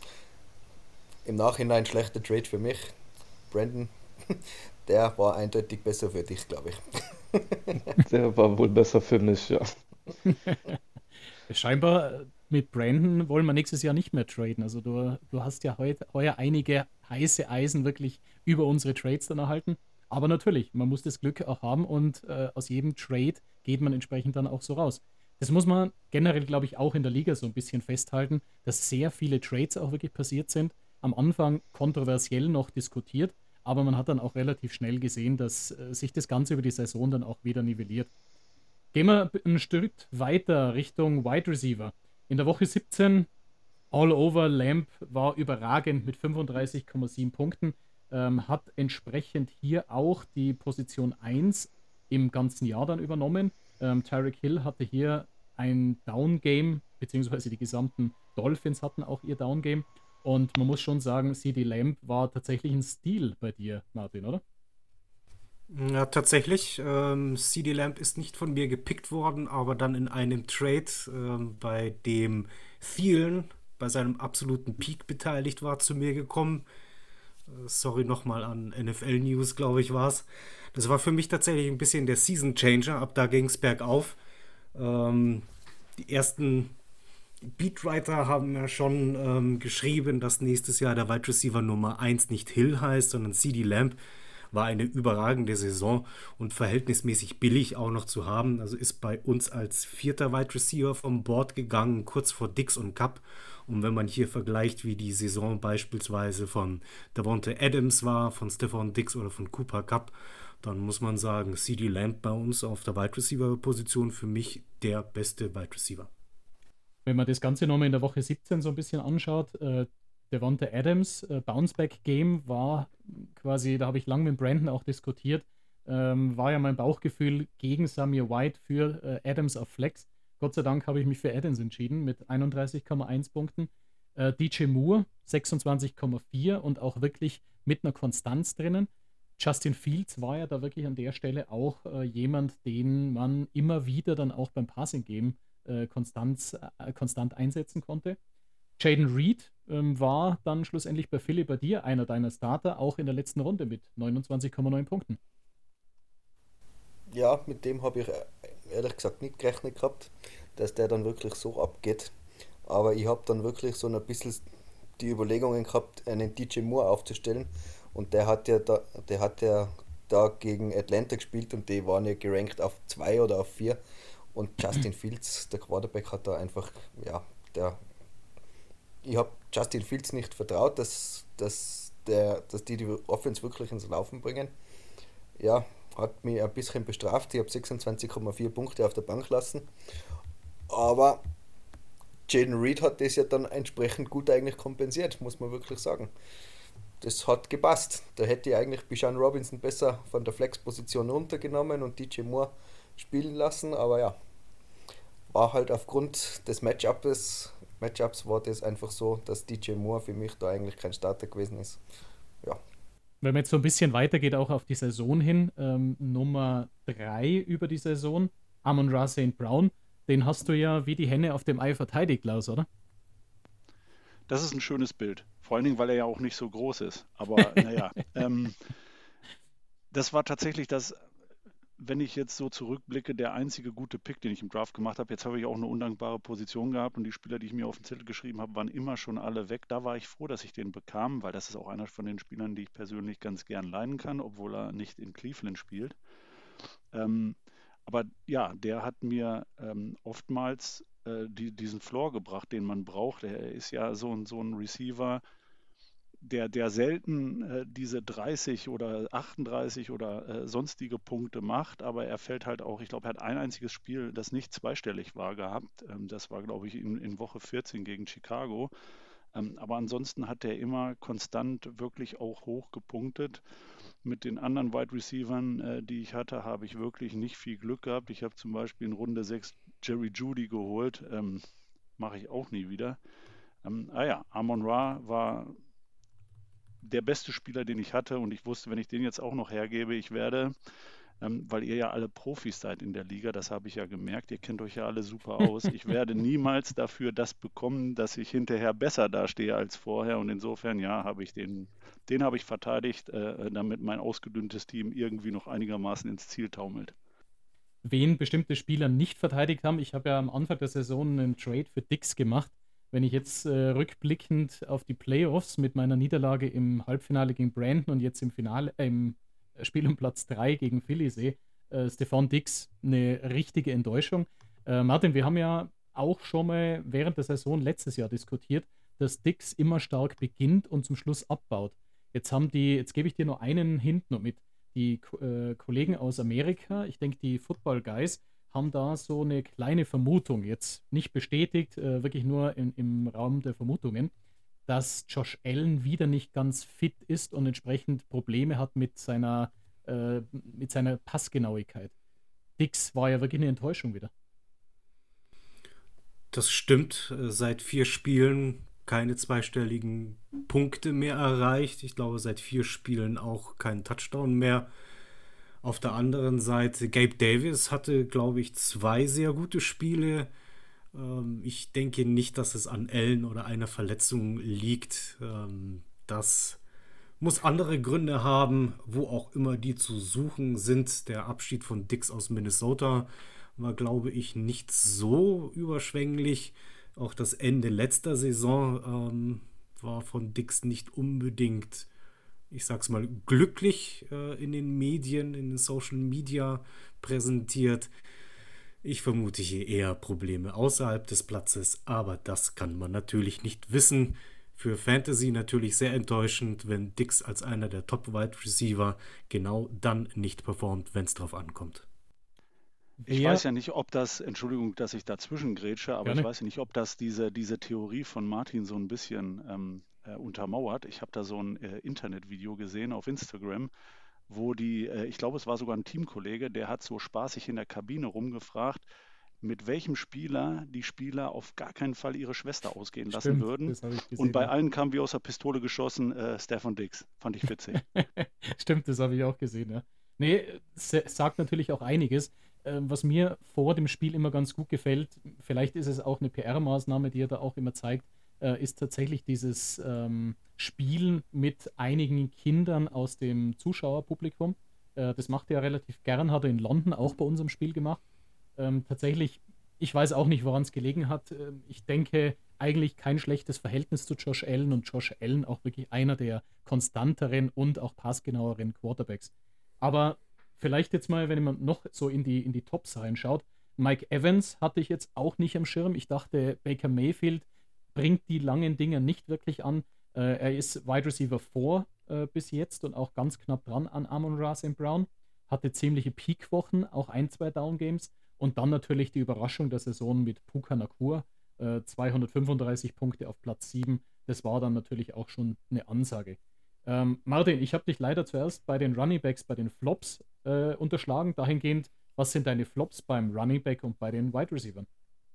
im Nachhinein schlechter Trade für mich. Brandon, der war eindeutig besser für dich, glaube ich. Der war wohl besser für mich, ja. Scheinbar äh, mit Brandon wollen wir nächstes Jahr nicht mehr traden. Also du, du hast ja heut, heuer einige heiße Eisen wirklich über unsere Trades dann erhalten. Aber natürlich, man muss das Glück auch haben und äh, aus jedem Trade geht man entsprechend dann auch so raus. Das muss man generell, glaube ich, auch in der Liga so ein bisschen festhalten, dass sehr viele Trades auch wirklich passiert sind. Am Anfang kontroversiell noch diskutiert, aber man hat dann auch relativ schnell gesehen, dass äh, sich das Ganze über die Saison dann auch wieder nivelliert. Gehen wir ein Stück weiter Richtung Wide Receiver. In der Woche siebzehn, all over, Lamb war überragend mit fünfunddreißig Komma sieben Punkten, ähm, hat entsprechend hier auch die Position eins im ganzen Jahr dann übernommen. Ähm, Tyreek Hill hatte hier ein Down-Game, beziehungsweise die gesamten Dolphins hatten auch ihr Down-Game. Und man muss schon sagen, CeeDee Lamb war tatsächlich ein Stil bei dir, Martin, oder? Ja, tatsächlich. Ähm, CeeDee Lamb ist nicht von mir gepickt worden, aber dann in einem Trade, ähm, bei dem Thielen bei seinem absoluten Peak beteiligt war, zu mir gekommen. Äh, sorry nochmal an N F L News, glaube ich, war es. Das war für mich tatsächlich ein bisschen der Season Changer. Ab da ging es bergauf. Ähm, die ersten Beatwriter haben ja schon ähm, geschrieben, dass nächstes Jahr der Wide Receiver Nummer eins nicht Hill heißt, sondern CeeDee Lamb. War eine überragende Saison und verhältnismäßig billig auch noch zu haben. Also ist bei uns als vierter Wide Receiver vom Board gegangen, kurz vor Dix und Cup. Und wenn man hier vergleicht, wie die Saison beispielsweise von Davante Adams war, von Stephon Diggs oder von Cooper Kupp, dann muss man sagen, CeeDee Lamb bei uns auf der Wide Receiver Position für mich der beste Wide Receiver. Wenn man das Ganze nochmal in der Woche siebzehn so ein bisschen anschaut, äh, Davante Adams äh, Bounceback-Game war quasi, da habe ich lange mit Brandon auch diskutiert, ähm, war ja mein Bauchgefühl gegen Samir White für äh, Adams auf Flex. Gott sei Dank habe ich mich für Adams entschieden mit einunddreißig Komma eins Punkten. Äh, D J Moore sechsundzwanzig Komma vier und auch wirklich mit einer Konstanz drinnen. Justin Fields war ja da wirklich an der Stelle auch äh, jemand, den man immer wieder dann auch beim Passing-Game äh, konstant, äh, konstant einsetzen konnte. Jaden Reed ähm, war dann schlussendlich bei Philly bei dir einer deiner Starter, auch in der letzten Runde mit neunundzwanzig Komma neun Punkten. Ja, mit dem habe ich ehrlich gesagt nicht gerechnet gehabt, dass der dann wirklich so abgeht. Aber ich habe dann wirklich so ein bisschen die Überlegungen gehabt, einen D J Moore aufzustellen. Und der hat ja da, der hat ja da gegen Atlanta gespielt und die waren ja gerankt auf zwei oder auf vier. Und Justin Fields, der Quarterback, hat da einfach, ja, der ich habe Justin Fields nicht vertraut, dass, dass, der, dass die die Offense wirklich ins Laufen bringen. Ja, hat mich ein bisschen bestraft. Ich habe sechsundzwanzig Komma vier Punkte auf der Bank lassen. Aber Jaden Reed hat das ja dann entsprechend gut eigentlich kompensiert, muss man wirklich sagen. Das hat gepasst. Da hätte ich eigentlich Bijan Robinson besser von der Flex-Position runtergenommen und D J Moore spielen lassen. Aber ja, war halt aufgrund des Matchups, Matchups war das einfach so, dass D J Moore für mich da eigentlich kein Starter gewesen ist. Ja. Wenn man jetzt so ein bisschen weitergeht, auch auf die Saison hin, ähm, Nummer drei über die Saison, Amon-Ra Saint Brown, den hast du ja wie die Henne auf dem Ei verteidigt, Klaus, oder? Das ist ein schönes Bild. Vor allen Dingen, weil er ja auch nicht so groß ist. Aber naja, ähm, das war tatsächlich das, wenn ich jetzt so zurückblicke, der einzige gute Pick, den ich im Draft gemacht habe. Jetzt habe ich auch eine undankbare Position gehabt und die Spieler, die ich mir auf den Zettel geschrieben habe, waren immer schon alle weg. Da war ich froh, dass ich den bekam, weil das ist auch einer von den Spielern, die ich persönlich ganz gern leiden kann, obwohl er nicht in Cleveland spielt. Ähm, aber ja, der hat mir ähm, oftmals äh, die, diesen Floor gebracht, den man braucht. Er ist ja so ein, so ein Receiver, der, der selten äh, diese dreißig oder achtunddreißig oder äh, sonstige Punkte macht, aber er fällt halt auch, ich glaube, er hat ein einziges Spiel, das nicht zweistellig war, gehabt. Ähm, das war, glaube ich, in, in Woche vierzehn gegen Chicago. Ähm, aber ansonsten hat er immer konstant wirklich auch hoch gepunktet. Mit den anderen Wide Receivern, äh, die ich hatte, habe ich wirklich nicht viel Glück gehabt. Ich habe zum Beispiel in Runde sechs Jerry Jeudy geholt. Ähm, mache ich auch nie wieder. Ähm, ah ja, Amon-Ra war der beste Spieler, den ich hatte und ich wusste, wenn ich den jetzt auch noch hergebe, ich werde, ähm, weil ihr ja alle Profis seid in der Liga, das habe ich ja gemerkt, ihr kennt euch ja alle super aus, ich werde niemals dafür das bekommen, dass ich hinterher besser dastehe als vorher und insofern, ja, habe ich den, den habe ich verteidigt, äh, damit mein ausgedünntes Team irgendwie noch einigermaßen ins Ziel taumelt. Wen bestimmte Spieler nicht verteidigt haben, ich habe ja am Anfang der Saison einen Trade für Dix gemacht. Wenn ich jetzt äh, rückblickend auf die Playoffs mit meiner Niederlage im Halbfinale gegen Brandon und jetzt im Finale, äh, im Spiel um Platz drei gegen Philly sehe, äh, Stefan Dix eine richtige Enttäuschung. Äh, Martin, wir haben ja auch schon mal während der Saison letztes Jahr diskutiert, dass Dix immer stark beginnt und zum Schluss abbaut. Jetzt haben die, jetzt gebe ich dir nur einen Hint noch mit. Die äh, Kollegen aus Amerika, ich denke die Football Guys, haben da so eine kleine Vermutung, jetzt nicht bestätigt, äh, wirklich nur in, im Raum der Vermutungen, dass Josh Allen wieder nicht ganz fit ist und entsprechend Probleme hat mit seiner, äh, mit seiner Passgenauigkeit. Dix war ja wirklich eine Enttäuschung wieder. Das stimmt, seit vier Spielen keine zweistelligen Punkte mehr erreicht. Ich glaube, seit vier Spielen auch keinen Touchdown mehr. Auf der anderen Seite, Gabe Davis hatte, glaube ich, zwei sehr gute Spiele. Ähm, ich denke nicht, dass es an Allen oder einer Verletzung liegt. Ähm, das muss andere Gründe haben, wo auch immer die zu suchen sind. Der Abschied von Dix aus Minnesota war, glaube ich, nicht so überschwänglich. Auch das Ende letzter Saison ähm, war von Dix nicht unbedingt, ich sag's mal, glücklich äh, in den Medien, in den Social Media präsentiert. Ich vermute hier eher Probleme außerhalb des Platzes, aber das kann man natürlich nicht wissen. Für Fantasy natürlich sehr enttäuschend, wenn Dix als einer der Top-Wide Receiver genau dann nicht performt, wenn es drauf ankommt. Ich Wer- weiß ja nicht, ob das, Entschuldigung, dass ich dazwischen grätsche, aber Gerne. ich weiß ja nicht, ob das diese, diese Theorie von Martin so ein bisschen ähm, äh, untermauert. Ich habe da so ein äh, Internetvideo gesehen auf Instagram, wo die, äh, ich glaube, es war sogar ein Teamkollege, der hat so spaßig in der Kabine rumgefragt, mit welchem Spieler die Spieler auf gar keinen Fall ihre Schwester ausgehen lassen Stimmt, würden. das habe ich gesehen. Und bei ja. allen kam wie aus der Pistole geschossen, äh, Stefan Dix. Fand ich witzig. Stimmt, das habe ich auch gesehen, ja. Nee, es sagt natürlich auch einiges. Ähm, was mir vor dem Spiel immer ganz gut gefällt, vielleicht ist es auch eine P R-Maßnahme, die er da auch immer zeigt, äh, ist tatsächlich dieses ähm, Spielen mit einigen Kindern aus dem Zuschauerpublikum. Äh, das macht er relativ gern, hat er in London auch bei unserem Spiel gemacht. Ähm, tatsächlich, ich weiß auch nicht, woran es gelegen hat. Ähm, ich denke, eigentlich kein schlechtes Verhältnis zu Josh Allen und Josh Allen auch wirklich einer der konstanteren und auch passgenaueren Quarterbacks. Aber vielleicht jetzt mal, wenn man noch so in die, in die Tops reinschaut, Mike Evans hatte ich jetzt auch nicht am Schirm. Ich dachte, Baker Mayfield bringt die langen Dinger nicht wirklich an. Äh, er ist Wide Receiver vier äh, bis jetzt und auch ganz knapp dran an Amon-Ra Saint Brown. Hatte ziemliche Peak-Wochen, auch ein, zwei Down-Games. Und dann natürlich die Überraschung der Saison mit Puka Nacua. Äh, zweihundertfünfunddreißig Punkte auf Platz sieben. Das war dann natürlich auch schon eine Ansage. Ähm, Martin, ich habe dich leider zuerst bei den Runningbacks, bei den Flops äh, unterschlagen. Dahingehend, was sind deine Flops beim Runningback und bei den Wide Receivern?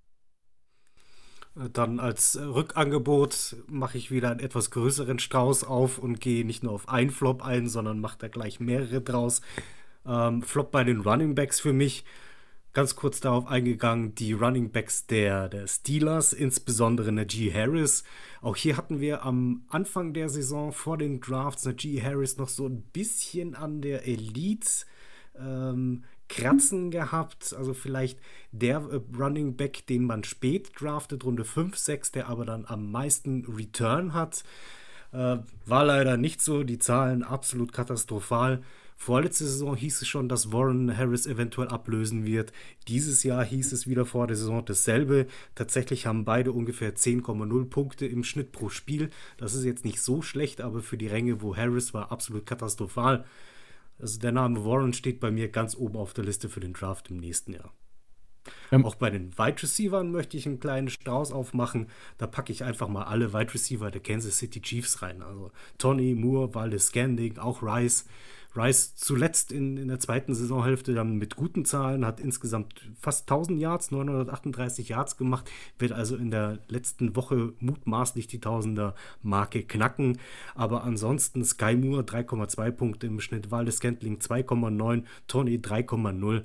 Dann als Rückangebot mache ich wieder einen etwas größeren Strauß auf und gehe nicht nur auf einen Flop ein, sondern mache da gleich mehrere draus. Ähm, Flop bei den Runningbacks für mich. Ganz kurz darauf eingegangen, die Runningbacks der, der Steelers, insbesondere Najee Harris. Auch hier hatten wir am Anfang der Saison vor den Drafts Najee Harris noch so ein bisschen an der Elite ähm, kratzen gehabt. Also vielleicht der äh, Running Back, den man spät draftet, Runde fünf, sechs, der aber dann am meisten Return hat. Äh, war leider nicht so, die Zahlen absolut katastrophal. Vorletzte Saison hieß es schon, dass Warren Harris eventuell ablösen wird. Dieses Jahr hieß es wieder vor der Saison dasselbe. Tatsächlich haben beide ungefähr zehn Komma null Punkte im Schnitt pro Spiel. Das ist jetzt nicht so schlecht, aber für die Ränge, wo Harris war, absolut katastrophal. Also der Name Warren steht bei mir ganz oben auf der Liste für den Draft im nächsten Jahr. Ähm, Auch bei den Wide Receivern möchte ich einen kleinen Strauß aufmachen. Da packe ich einfach mal alle Wide Receiver der Kansas City Chiefs rein. Also Tony, Moore, Valdez Scantling, auch Rice. Rice zuletzt in, in der zweiten Saisonhälfte dann mit guten Zahlen, hat insgesamt fast tausend Yards, neunhundertachtunddreißig Yards gemacht, wird also in der letzten Woche mutmaßlich die Tausender-Marke knacken. Aber ansonsten Sky Moore drei Komma zwei Punkte im Schnitt, Valdez Scantling zwei Komma neun, Tony drei Komma null.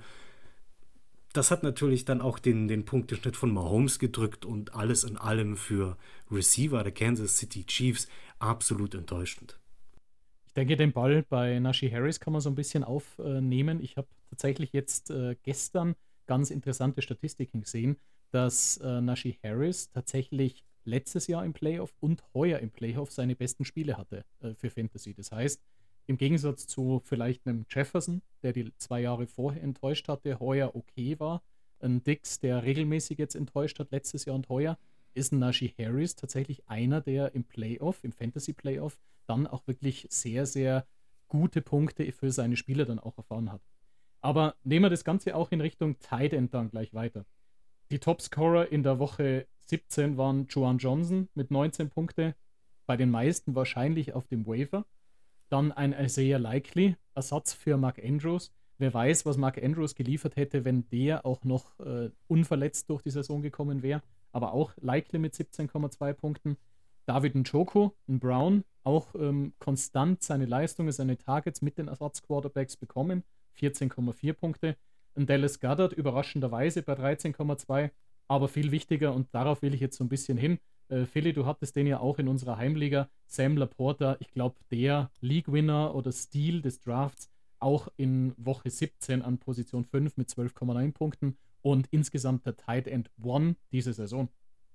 Das hat natürlich dann auch den, den Punkteschnitt von Mahomes gedrückt und alles in allem für Receiver der Kansas City Chiefs absolut enttäuschend. Ich denke, den Ball bei Najee Harris kann man so ein bisschen aufnehmen. Ich habe tatsächlich jetzt äh, gestern ganz interessante Statistiken gesehen, dass äh, Najee Harris tatsächlich letztes Jahr im Playoff und heuer im Playoff seine besten Spiele hatte äh, für Fantasy. Das heißt, im Gegensatz zu vielleicht einem Jefferson, der die zwei Jahre vorher enttäuscht hatte, heuer okay war, ein Dix, der regelmäßig jetzt enttäuscht hat, letztes Jahr und heuer, ist ein Najee Harris tatsächlich einer, der im Playoff, im Fantasy-Playoff, dann auch wirklich sehr, sehr gute Punkte für seine Spieler dann auch erfahren hat. Aber nehmen wir das Ganze auch in Richtung Tight End dann gleich weiter. Die Topscorer in der Woche siebzehn waren Juwan Johnson mit neunzehn Punkte, bei den meisten wahrscheinlich auf dem Waiver. Dann ein Isaiah Likely, Ersatz für Mark Andrews. Wer weiß, was Mark Andrews geliefert hätte, wenn der auch noch äh, unverletzt durch die Saison gekommen wäre. Aber auch Likely mit siebzehn Komma zwei Punkten. David Njoku, ein Brown, auch ähm, konstant seine Leistungen, seine Targets mit den Ersatzquarterbacks bekommen, vierzehn Komma vier Punkte. Ein Dallas Goedert überraschenderweise bei dreizehn Komma zwei, aber viel wichtiger, und darauf will ich jetzt so ein bisschen hin. Äh, Philly, du hattest den ja auch in unserer Heimliga, Sam Laporta, ich glaube der League-Winner oder Steal des Drafts, auch in Woche siebzehn an Position fünf mit zwölf Komma neun Punkten und insgesamt der Tight End One diese Saison.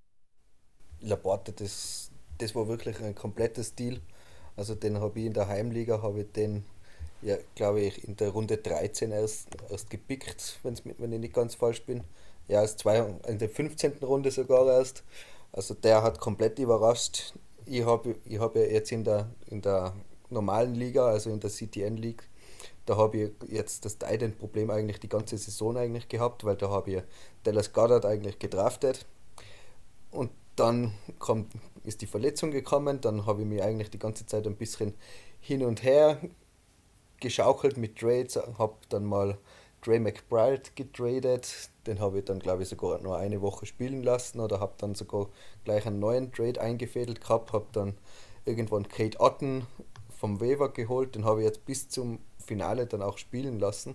Laporta, das, das war wirklich ein komplettes Deal. Also den habe ich in der Heimliga, habe ich den, ja, glaube ich, in der Runde dreizehn erst, erst gepickt, wenn's, wenn ich nicht ganz falsch bin. Ja, erst zwei, in der fünfzehnten Runde sogar erst. Also der hat komplett überrascht. Ich habe ich hab ja jetzt in der, in der normalen Liga, also in der C T N League, da habe ich jetzt das Tight End Problem eigentlich die ganze Saison eigentlich gehabt, weil da habe ich Dallas Goedert eigentlich gedraftet. Und dann kommt, ist die Verletzung gekommen, dann habe ich mich eigentlich die ganze Zeit ein bisschen hin und her geschaukelt mit Trades, habe dann mal Trey McBride getradet, den habe ich dann glaube ich sogar nur eine Woche spielen lassen oder habe dann sogar gleich einen neuen Trade eingefädelt gehabt, habe dann irgendwann Kate Otten vom Waiver geholt, den habe ich jetzt bis zum Finale dann auch spielen lassen.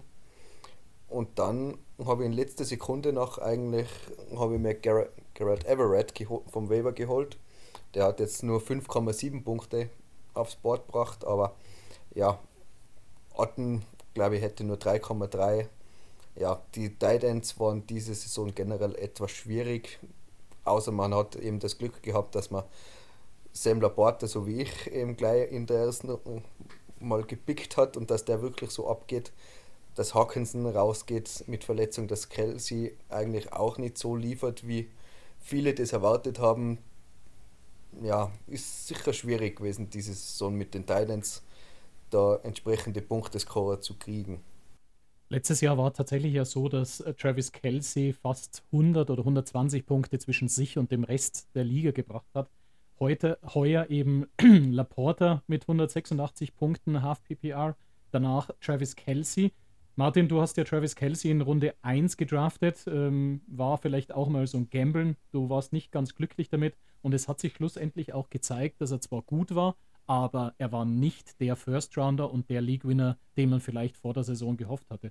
Und dann habe ich in letzter Sekunde noch eigentlich, habe ich mir Garrett, Garrett Everett geho- vom Waiver geholt. Der hat jetzt nur fünf Komma sieben Punkte aufs Board gebracht, aber ja, Otten, glaube ich, hätte nur drei Komma drei. Ja, die Tight Ends waren diese Saison generell etwas schwierig, außer man hat eben das Glück gehabt, dass man Sam Laporta, so wie ich, eben gleich in der ersten mal gepickt hat und dass der wirklich so abgeht, dass Hawkinson rausgeht mit Verletzung, dass Kelsey eigentlich auch nicht so liefert, wie viele das erwartet haben. Ja, ist sicher schwierig gewesen, diese Saison mit den Titans da entsprechende Punktescorer zu kriegen. Letztes Jahr war tatsächlich ja so, dass äh, Travis Kelce fast hundert oder hundertzwanzig Punkte zwischen sich und dem Rest der Liga gebracht hat. Heute, heuer eben Laporta mit hundertsechsundachtzig Punkten, Half P P R. Danach Travis Kelce. Martin, du hast ja Travis Kelce in Runde eins gedraftet. Ähm, war vielleicht auch mal so ein Gamblen. Du warst nicht ganz glücklich damit. Und es hat sich schlussendlich auch gezeigt, dass er zwar gut war, aber er war nicht der First-Rounder und der League-Winner, den man vielleicht vor der Saison gehofft hatte.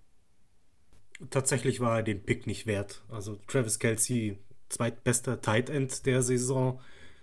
Tatsächlich war er den Pick nicht wert. Also Travis Kelce, zweitbester Tight End der Saison.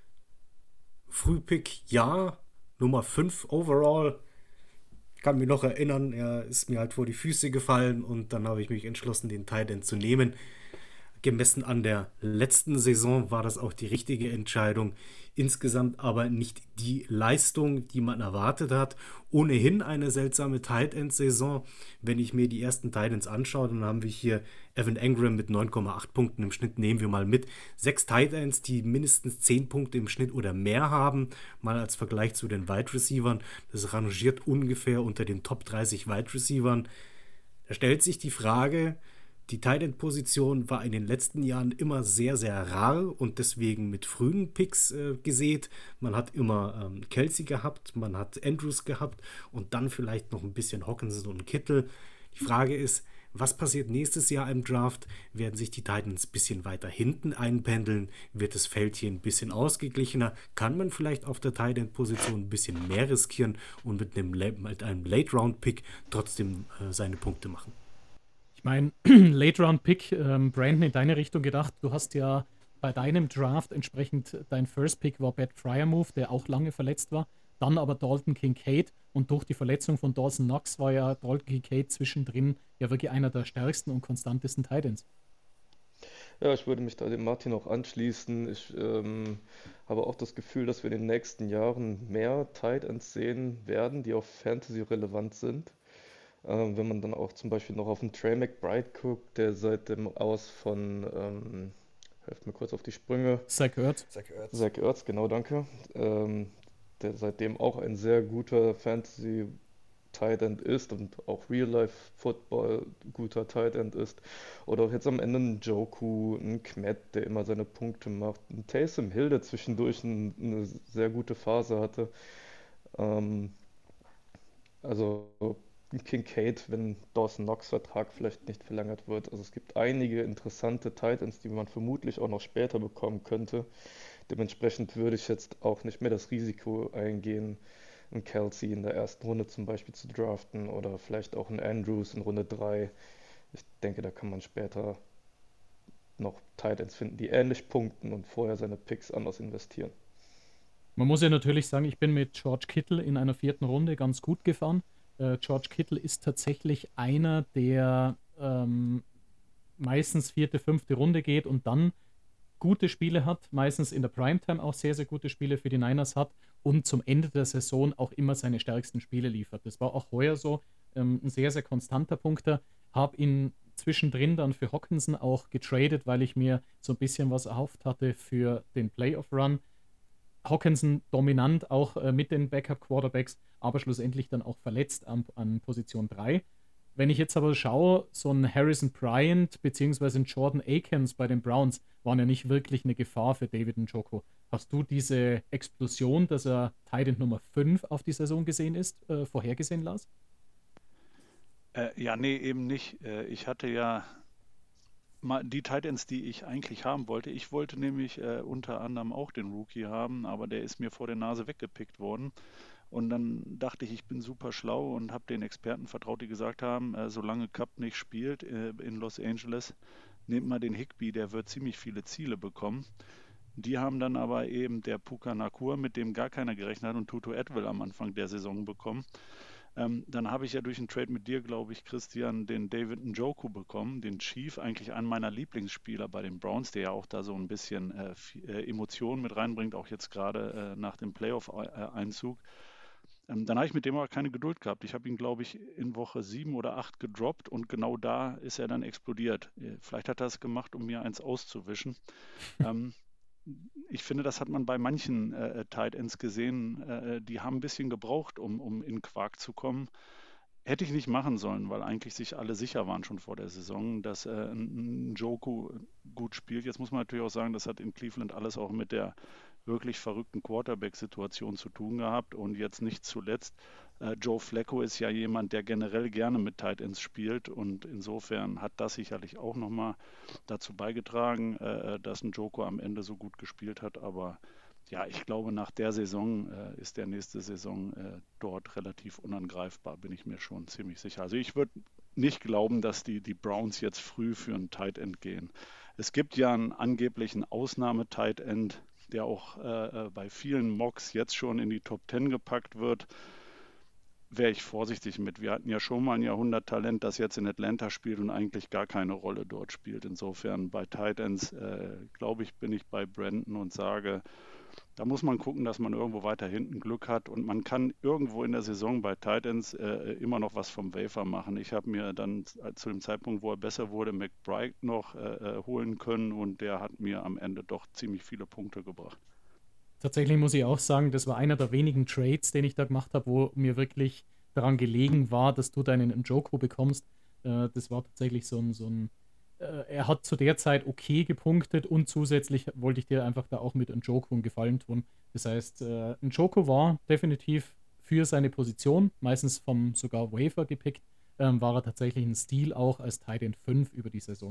Frühpick, ja. Nummer fünf overall. Ich kann mich noch erinnern, er ist mir halt vor die Füße gefallen und dann habe ich mich entschlossen, den Tight End zu nehmen. Gemessen an der letzten Saison war das auch die richtige Entscheidung. Insgesamt aber nicht die Leistung, die man erwartet hat. Ohnehin eine seltsame Tight End-Saison. Wenn ich mir die ersten Tight Ends anschaue, dann haben wir hier Evan Engram mit neun Komma acht Punkten im Schnitt, nehmen wir mal mit. Sechs Tight Ends, die mindestens zehn Punkte im Schnitt oder mehr haben. Mal als Vergleich zu den Wide Receivern. Das rangiert ungefähr unter den Top dreißig Wide Receivern. Da stellt sich die Frage, Die Tight End Position war in den letzten Jahren immer sehr, sehr rar und deswegen mit frühen Picks äh, gesät. Man hat immer ähm, Kelsey gehabt, man hat Andrews gehabt und dann vielleicht noch ein bisschen Hockenson und Kittel. Die Frage ist, was passiert nächstes Jahr im Draft? Werden sich die Titans ein bisschen weiter hinten einpendeln? Wird das Feld hier ein bisschen ausgeglichener? Kann man vielleicht auf der Tight End Position ein bisschen mehr riskieren und mit einem, mit einem Late-Round-Pick trotzdem äh, seine Punkte machen? Ich meine, Late-Round-Pick, ähm, Brandon, in deine Richtung gedacht. Du hast ja bei deinem Draft entsprechend, dein First-Pick war Pat Fryermuth, der auch lange verletzt war. Dann aber Dalton Kincaid und durch die Verletzung von Dawson Knox war ja Dalton Kincaid zwischendrin ja wirklich einer der stärksten und konstantesten Tight Ends. Ja, ich würde mich da dem Martin auch anschließen. Ich ähm, habe auch das Gefühl, dass wir in den nächsten Jahren mehr Tight Ends sehen werden, die auch Fantasy relevant sind. Ähm, wenn man dann auch zum Beispiel noch auf den Trey McBride guckt, der seit dem Aus von, ähm, helft mir kurz auf die Sprünge, Zach Ertz. Zach Ertz. Zach Ertz, genau, danke, ähm, der seitdem auch ein sehr guter Fantasy Tight End ist und auch Real-Life-Football guter Tight End ist. Oder auch jetzt am Ende ein Njoku, ein Kmet, der immer seine Punkte macht. Ein Taysom Hill, der zwischendurch ein, eine sehr gute Phase hatte. Ähm, also ein Kincaid, wenn Dawson Knox Vertrag vielleicht nicht verlängert wird. Also es gibt einige interessante Tight Ends, die man vermutlich auch noch später bekommen könnte. Dementsprechend würde ich jetzt auch nicht mehr das Risiko eingehen, einen Kelsey in der ersten Runde zum Beispiel zu draften oder vielleicht auch einen Andrews in Runde drei. Ich denke, da kann man später noch Tight Ends finden, die ähnlich punkten und vorher seine Picks anders investieren. Man muss ja natürlich sagen, ich bin mit George Kittle in einer vierten Runde ganz gut gefahren. Äh, George Kittle ist tatsächlich einer, der ähm, meistens vierte, fünfte Runde geht und dann gute Spiele hat, meistens in der Primetime auch sehr, sehr gute Spiele für die Niners hat und zum Ende der Saison auch immer seine stärksten Spiele liefert. Das war auch heuer so, ähm, ein sehr, sehr konstanter Punkter. Habe ihn zwischendrin dann für Hockenson auch getradet, weil ich mir so ein bisschen was erhofft hatte für den Playoff-Run. Hockenson dominant auch äh, mit den Backup-Quarterbacks, aber schlussendlich dann auch verletzt an, an Position drei. Wenn ich jetzt aber schaue, so ein Harrison Bryant bzw. ein Jordan Akins bei den Browns waren ja nicht wirklich eine Gefahr für David Njoku. Hast du diese Explosion, dass er Tight End Nummer fünf auf die Saison gesehen ist, äh, vorhergesehen, Lars? Äh, ja, nee, eben nicht. Äh, ich hatte ja mal die Tight Ends, die ich eigentlich haben wollte. Ich wollte nämlich äh, unter anderem auch den Rookie haben, aber der ist mir vor der Nase weggepickt worden. Und dann dachte ich, ich bin super schlau und habe den Experten vertraut, die gesagt haben, äh, solange Cup nicht spielt äh, in Los Angeles, nehmt mal den Higbee, der wird ziemlich viele Ziele bekommen. Die haben dann aber eben der Puka Nacua, mit dem gar keiner gerechnet hat, und Tutu Atwell am Anfang der Saison bekommen. Ähm, dann habe ich ja durch einen Trade mit dir, glaube ich, Christian, den David Njoku bekommen, den Chief, eigentlich einen meiner Lieblingsspieler bei den Browns, der ja auch da so ein bisschen äh, äh, Emotionen mit reinbringt, auch jetzt gerade äh, nach dem Playoff-Einzug. Ähm, dann habe ich mit dem aber keine Geduld gehabt. Ich habe ihn, glaube ich, in Woche sieben oder acht gedroppt und genau da ist er dann explodiert. Äh, Vielleicht hat er es gemacht, um mir eins auszuwischen. ähm, Ich finde, das hat man bei manchen äh, Tight Ends gesehen. Äh, die haben ein bisschen gebraucht, um, um in Quark zu kommen. Hätte ich nicht machen sollen, weil eigentlich sich alle sicher waren schon vor der Saison, dass äh, ein Njoku gut spielt. Jetzt muss man natürlich auch sagen, das hat in Cleveland alles auch mit der wirklich verrückten Quarterback-Situation zu tun gehabt. Und jetzt nicht zuletzt, äh, Joe Flacco ist ja jemand, der generell gerne mit Tight Ends spielt. Und insofern hat das sicherlich auch nochmal dazu beigetragen, äh, dass Njoku am Ende so gut gespielt hat. Aber ja, ich glaube, nach der Saison äh, ist der nächste Saison äh, dort relativ unangreifbar, bin ich mir schon ziemlich sicher. Also ich würde nicht glauben, dass die, die Browns jetzt früh für einen Tight End gehen. Es gibt ja einen angeblichen Ausnahme-Tight End, der auch äh, bei vielen Mocks jetzt schon in die Top Ten gepackt wird. Wäre ich vorsichtig mit. Wir hatten ja schon mal ein Jahrhunderttalent, das jetzt in Atlanta spielt und eigentlich gar keine Rolle dort spielt. Insofern bei Tight Ends, äh, glaube ich, bin ich bei Brandon und sage, da muss man gucken, dass man irgendwo weiter hinten Glück hat und man kann irgendwo in der Saison bei Tight Ends äh, immer noch was vom Waiver machen. Ich habe mir dann zu dem Zeitpunkt, wo er besser wurde, McBride noch äh, holen können und der hat mir am Ende doch ziemlich viele Punkte gebracht. Tatsächlich muss ich auch sagen, das war einer der wenigen Trades, den ich da gemacht habe, wo mir wirklich daran gelegen war, dass du deinen Njoku bekommst. Äh, das war tatsächlich so ein, so ein äh, er hat zu der Zeit okay gepunktet und zusätzlich wollte ich dir einfach da auch mit Njoku einen Gefallen tun. Das heißt, äh, Njoku war definitiv für seine Position, meistens vom sogar Waiver gepickt, ähm, war er tatsächlich ein Stil auch als Tight End fünf über die Saison.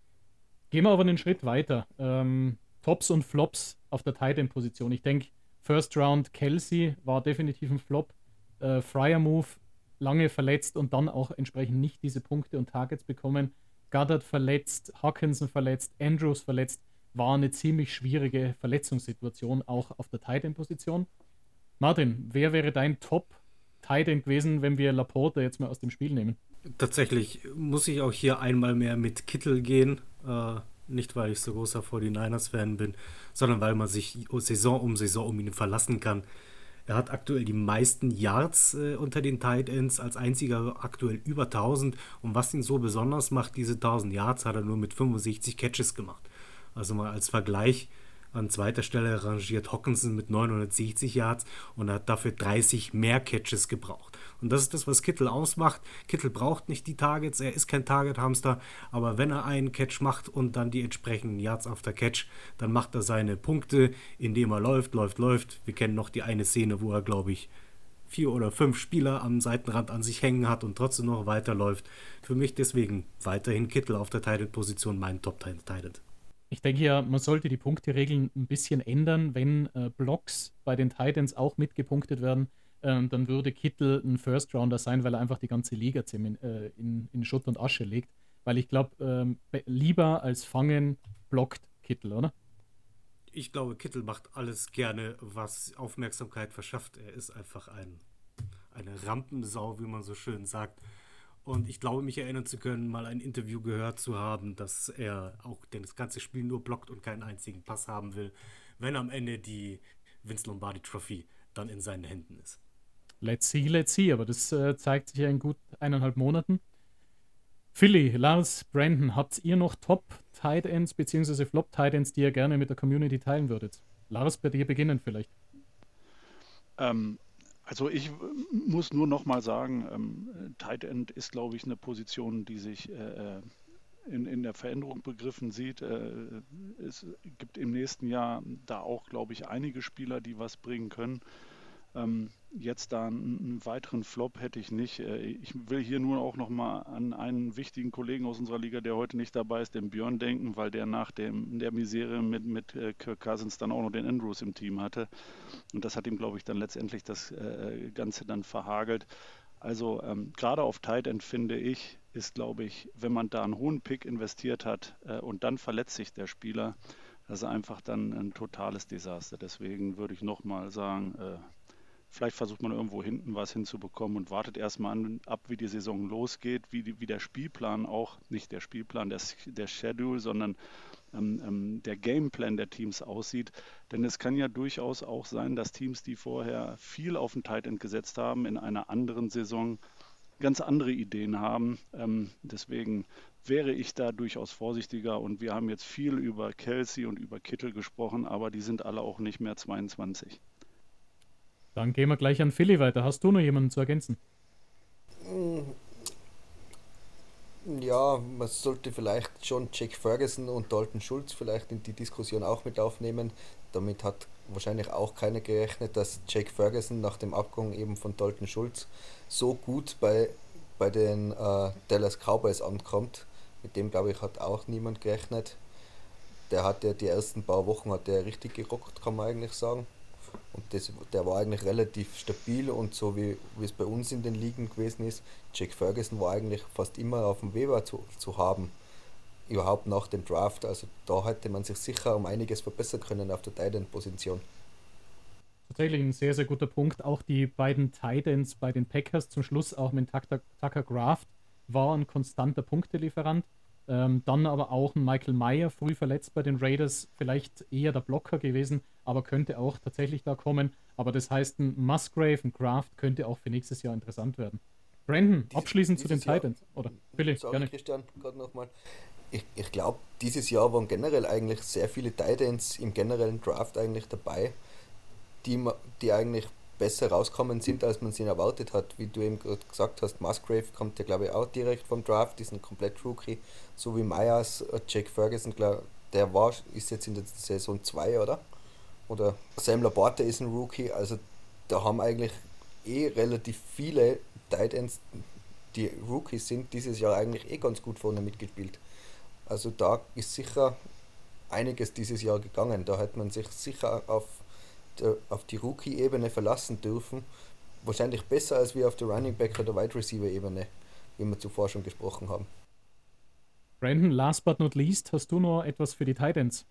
Gehen wir aber einen Schritt weiter. Ähm, Tops und Flops auf der Tight End Position. Ich denke, First Round Kelsey war definitiv ein Flop. Äh, Freiermuth lange verletzt und dann auch entsprechend nicht diese Punkte und Targets bekommen. Goddard verletzt, Hawkinson verletzt, Andrews verletzt. War eine ziemlich schwierige Verletzungssituation auch auf der Tight End Position. Martin, wer wäre dein Top-Tight End gewesen, wenn wir Laporte jetzt mal aus dem Spiel nehmen? Tatsächlich muss ich auch hier einmal mehr mit Kittel gehen. Äh, nicht, weil ich so großer forty-niners-Fan bin, sondern weil man sich Saison um Saison um ihn verlassen kann. Er hat aktuell die meisten Yards äh, unter den Tight Ends, als einziger aktuell über tausend. Und was ihn so besonders macht, diese tausend Yards, hat er nur mit fünfundsechzig Catches gemacht. Also mal als Vergleich, an zweiter Stelle rangiert Hawkinson mit neunhundertsechzig Yards und er hat dafür dreißig mehr Catches gebraucht. Und das ist das, was Kittel ausmacht. Kittel braucht nicht die Targets, er ist kein Target-Hamster, aber wenn er einen Catch macht und dann die entsprechenden Yards after Catch, dann macht er seine Punkte, indem er läuft, läuft, läuft. Wir kennen noch die eine Szene, wo er, glaube ich, vier oder fünf Spieler am Seitenrand an sich hängen hat und trotzdem noch weiterläuft. Für mich deswegen weiterhin Kittel auf der Tight End-Position, mein Top-Tight End. Ich denke ja, man sollte die Punkteregeln ein bisschen ändern, wenn äh, Blocks bei den Titans auch mitgepunktet werden, ähm, dann würde Kittel ein First-Rounder sein, weil er einfach die ganze Liga in, äh, in, in Schutt und Asche legt. Weil ich glaube, ähm, lieber als fangen blockt Kittel, oder? Ich glaube, Kittel macht alles gerne, was Aufmerksamkeit verschafft. Er ist einfach ein, eine Rampensau, wie man so schön sagt. Und ich glaube, mich erinnern zu können, mal ein Interview gehört zu haben, dass er auch das ganze Spiel nur blockt und keinen einzigen Pass haben will, wenn am Ende die Vince Lombardi Trophy dann in seinen Händen ist. Let's see, let's see. Aber das äh, zeigt sich ja in gut eineinhalb Monaten. Philly, Lars, Brandon, habt ihr noch Top-Tight Ends bzw. Flop-Tight Ends, die ihr gerne mit der Community teilen würdet? Lars, bei dir beginnen vielleicht. Ähm, also ich muss nur noch mal sagen, ähm, Tight End ist, glaube ich, eine Position, die sich äh, in, in der Veränderung begriffen sieht. Äh, es gibt im nächsten Jahr da auch, glaube ich, einige Spieler, die was bringen können. Ähm, jetzt da einen, einen weiteren Flop hätte ich nicht. Äh, ich will hier nur auch noch mal an einen wichtigen Kollegen aus unserer Liga, der heute nicht dabei ist, den Björn, denken, weil der nach dem, der Misere mit, mit äh, Kirk Cousins dann auch noch den Andrews im Team hatte. Und das hat ihm, glaube ich, dann letztendlich das äh, Ganze dann verhagelt. Also ähm, gerade auf Tight End, finde ich, ist, glaube ich, wenn man da einen hohen Pick investiert hat äh, und dann verletzt sich der Spieler, das ist einfach dann ein totales Desaster. Deswegen würde ich nochmal sagen, äh, vielleicht versucht man irgendwo hinten was hinzubekommen und wartet erstmal an, ab, wie die Saison losgeht, wie, die, wie der Spielplan auch, nicht der Spielplan, der, der Schedule, sondern ähm, ähm, der Gameplan der Teams aussieht. Denn es kann ja durchaus auch sein, dass Teams, die vorher viel auf den Tight End gesetzt haben, in einer anderen Saison ganz andere Ideen haben. Ähm, deswegen wäre ich da durchaus vorsichtiger und wir haben jetzt viel über Kelsey und über Kittel gesprochen, aber die sind alle auch nicht mehr zweiundzwanzig. Dann gehen wir gleich an Philly weiter. Hast du noch jemanden zu ergänzen? Ja, man sollte vielleicht schon Jake Ferguson und Dalton Schultz vielleicht in die Diskussion auch mit aufnehmen. Damit hat wahrscheinlich auch keiner gerechnet, dass Jake Ferguson nach dem Abgang eben von Dalton Schultz so gut bei, bei den äh, Dallas Cowboys ankommt. Mit dem, glaube ich, hat auch niemand gerechnet. Der hat ja die ersten paar Wochen hat der richtig gerockt, kann man eigentlich sagen. Und das, der war eigentlich relativ stabil und so wie, wie es bei uns in den Ligen gewesen ist, Jake Ferguson war eigentlich fast immer auf dem Waiver zu, zu haben, überhaupt nach dem Draft. Also da hätte man sich sicher um einiges verbessern können auf der Tight End Position. Tatsächlich ein sehr, sehr guter Punkt. Auch die beiden Tight Ends bei den Packers zum Schluss, auch mit Tucker, Tucker Kraft, war ein konstanter Punktelieferant. Ähm, dann aber auch ein Michael Mayer, früh verletzt bei den Raiders, vielleicht eher der Blocker gewesen, aber könnte auch tatsächlich da kommen. Aber das heißt, ein Musgrave, ein Kraft könnte auch für nächstes Jahr interessant werden. Brandon, Dies, abschließend zu den Titans. Oder Billy, sorry, gerne. Christian, gerade nochmal. Ich, ich glaube, dieses Jahr waren generell eigentlich sehr viele Titans im generellen Draft eigentlich dabei, die, die eigentlich besser rauskommen sind, als man sie erwartet hat. Wie du eben gerade gesagt hast, Musgrave kommt ja, glaube ich, auch direkt vom Draft, ist ein komplett Rookie, so wie Myers, Jake Ferguson, glaub, der war, ist jetzt in der Saison zwei, oder? Oder Sam Laporte ist ein Rookie, also da haben eigentlich eh relativ viele Tight Ends, die Rookies sind, dieses Jahr eigentlich eh ganz gut vorne mitgespielt. Also da ist sicher einiges dieses Jahr gegangen. Da hat man sich sicher auf, der, auf die Rookie-Ebene verlassen dürfen. Wahrscheinlich besser als wir auf der Running Back oder Wide Receiver-Ebene, wie wir zuvor schon gesprochen haben. Brandon, last but not least, hast du noch etwas für die Tight Ends?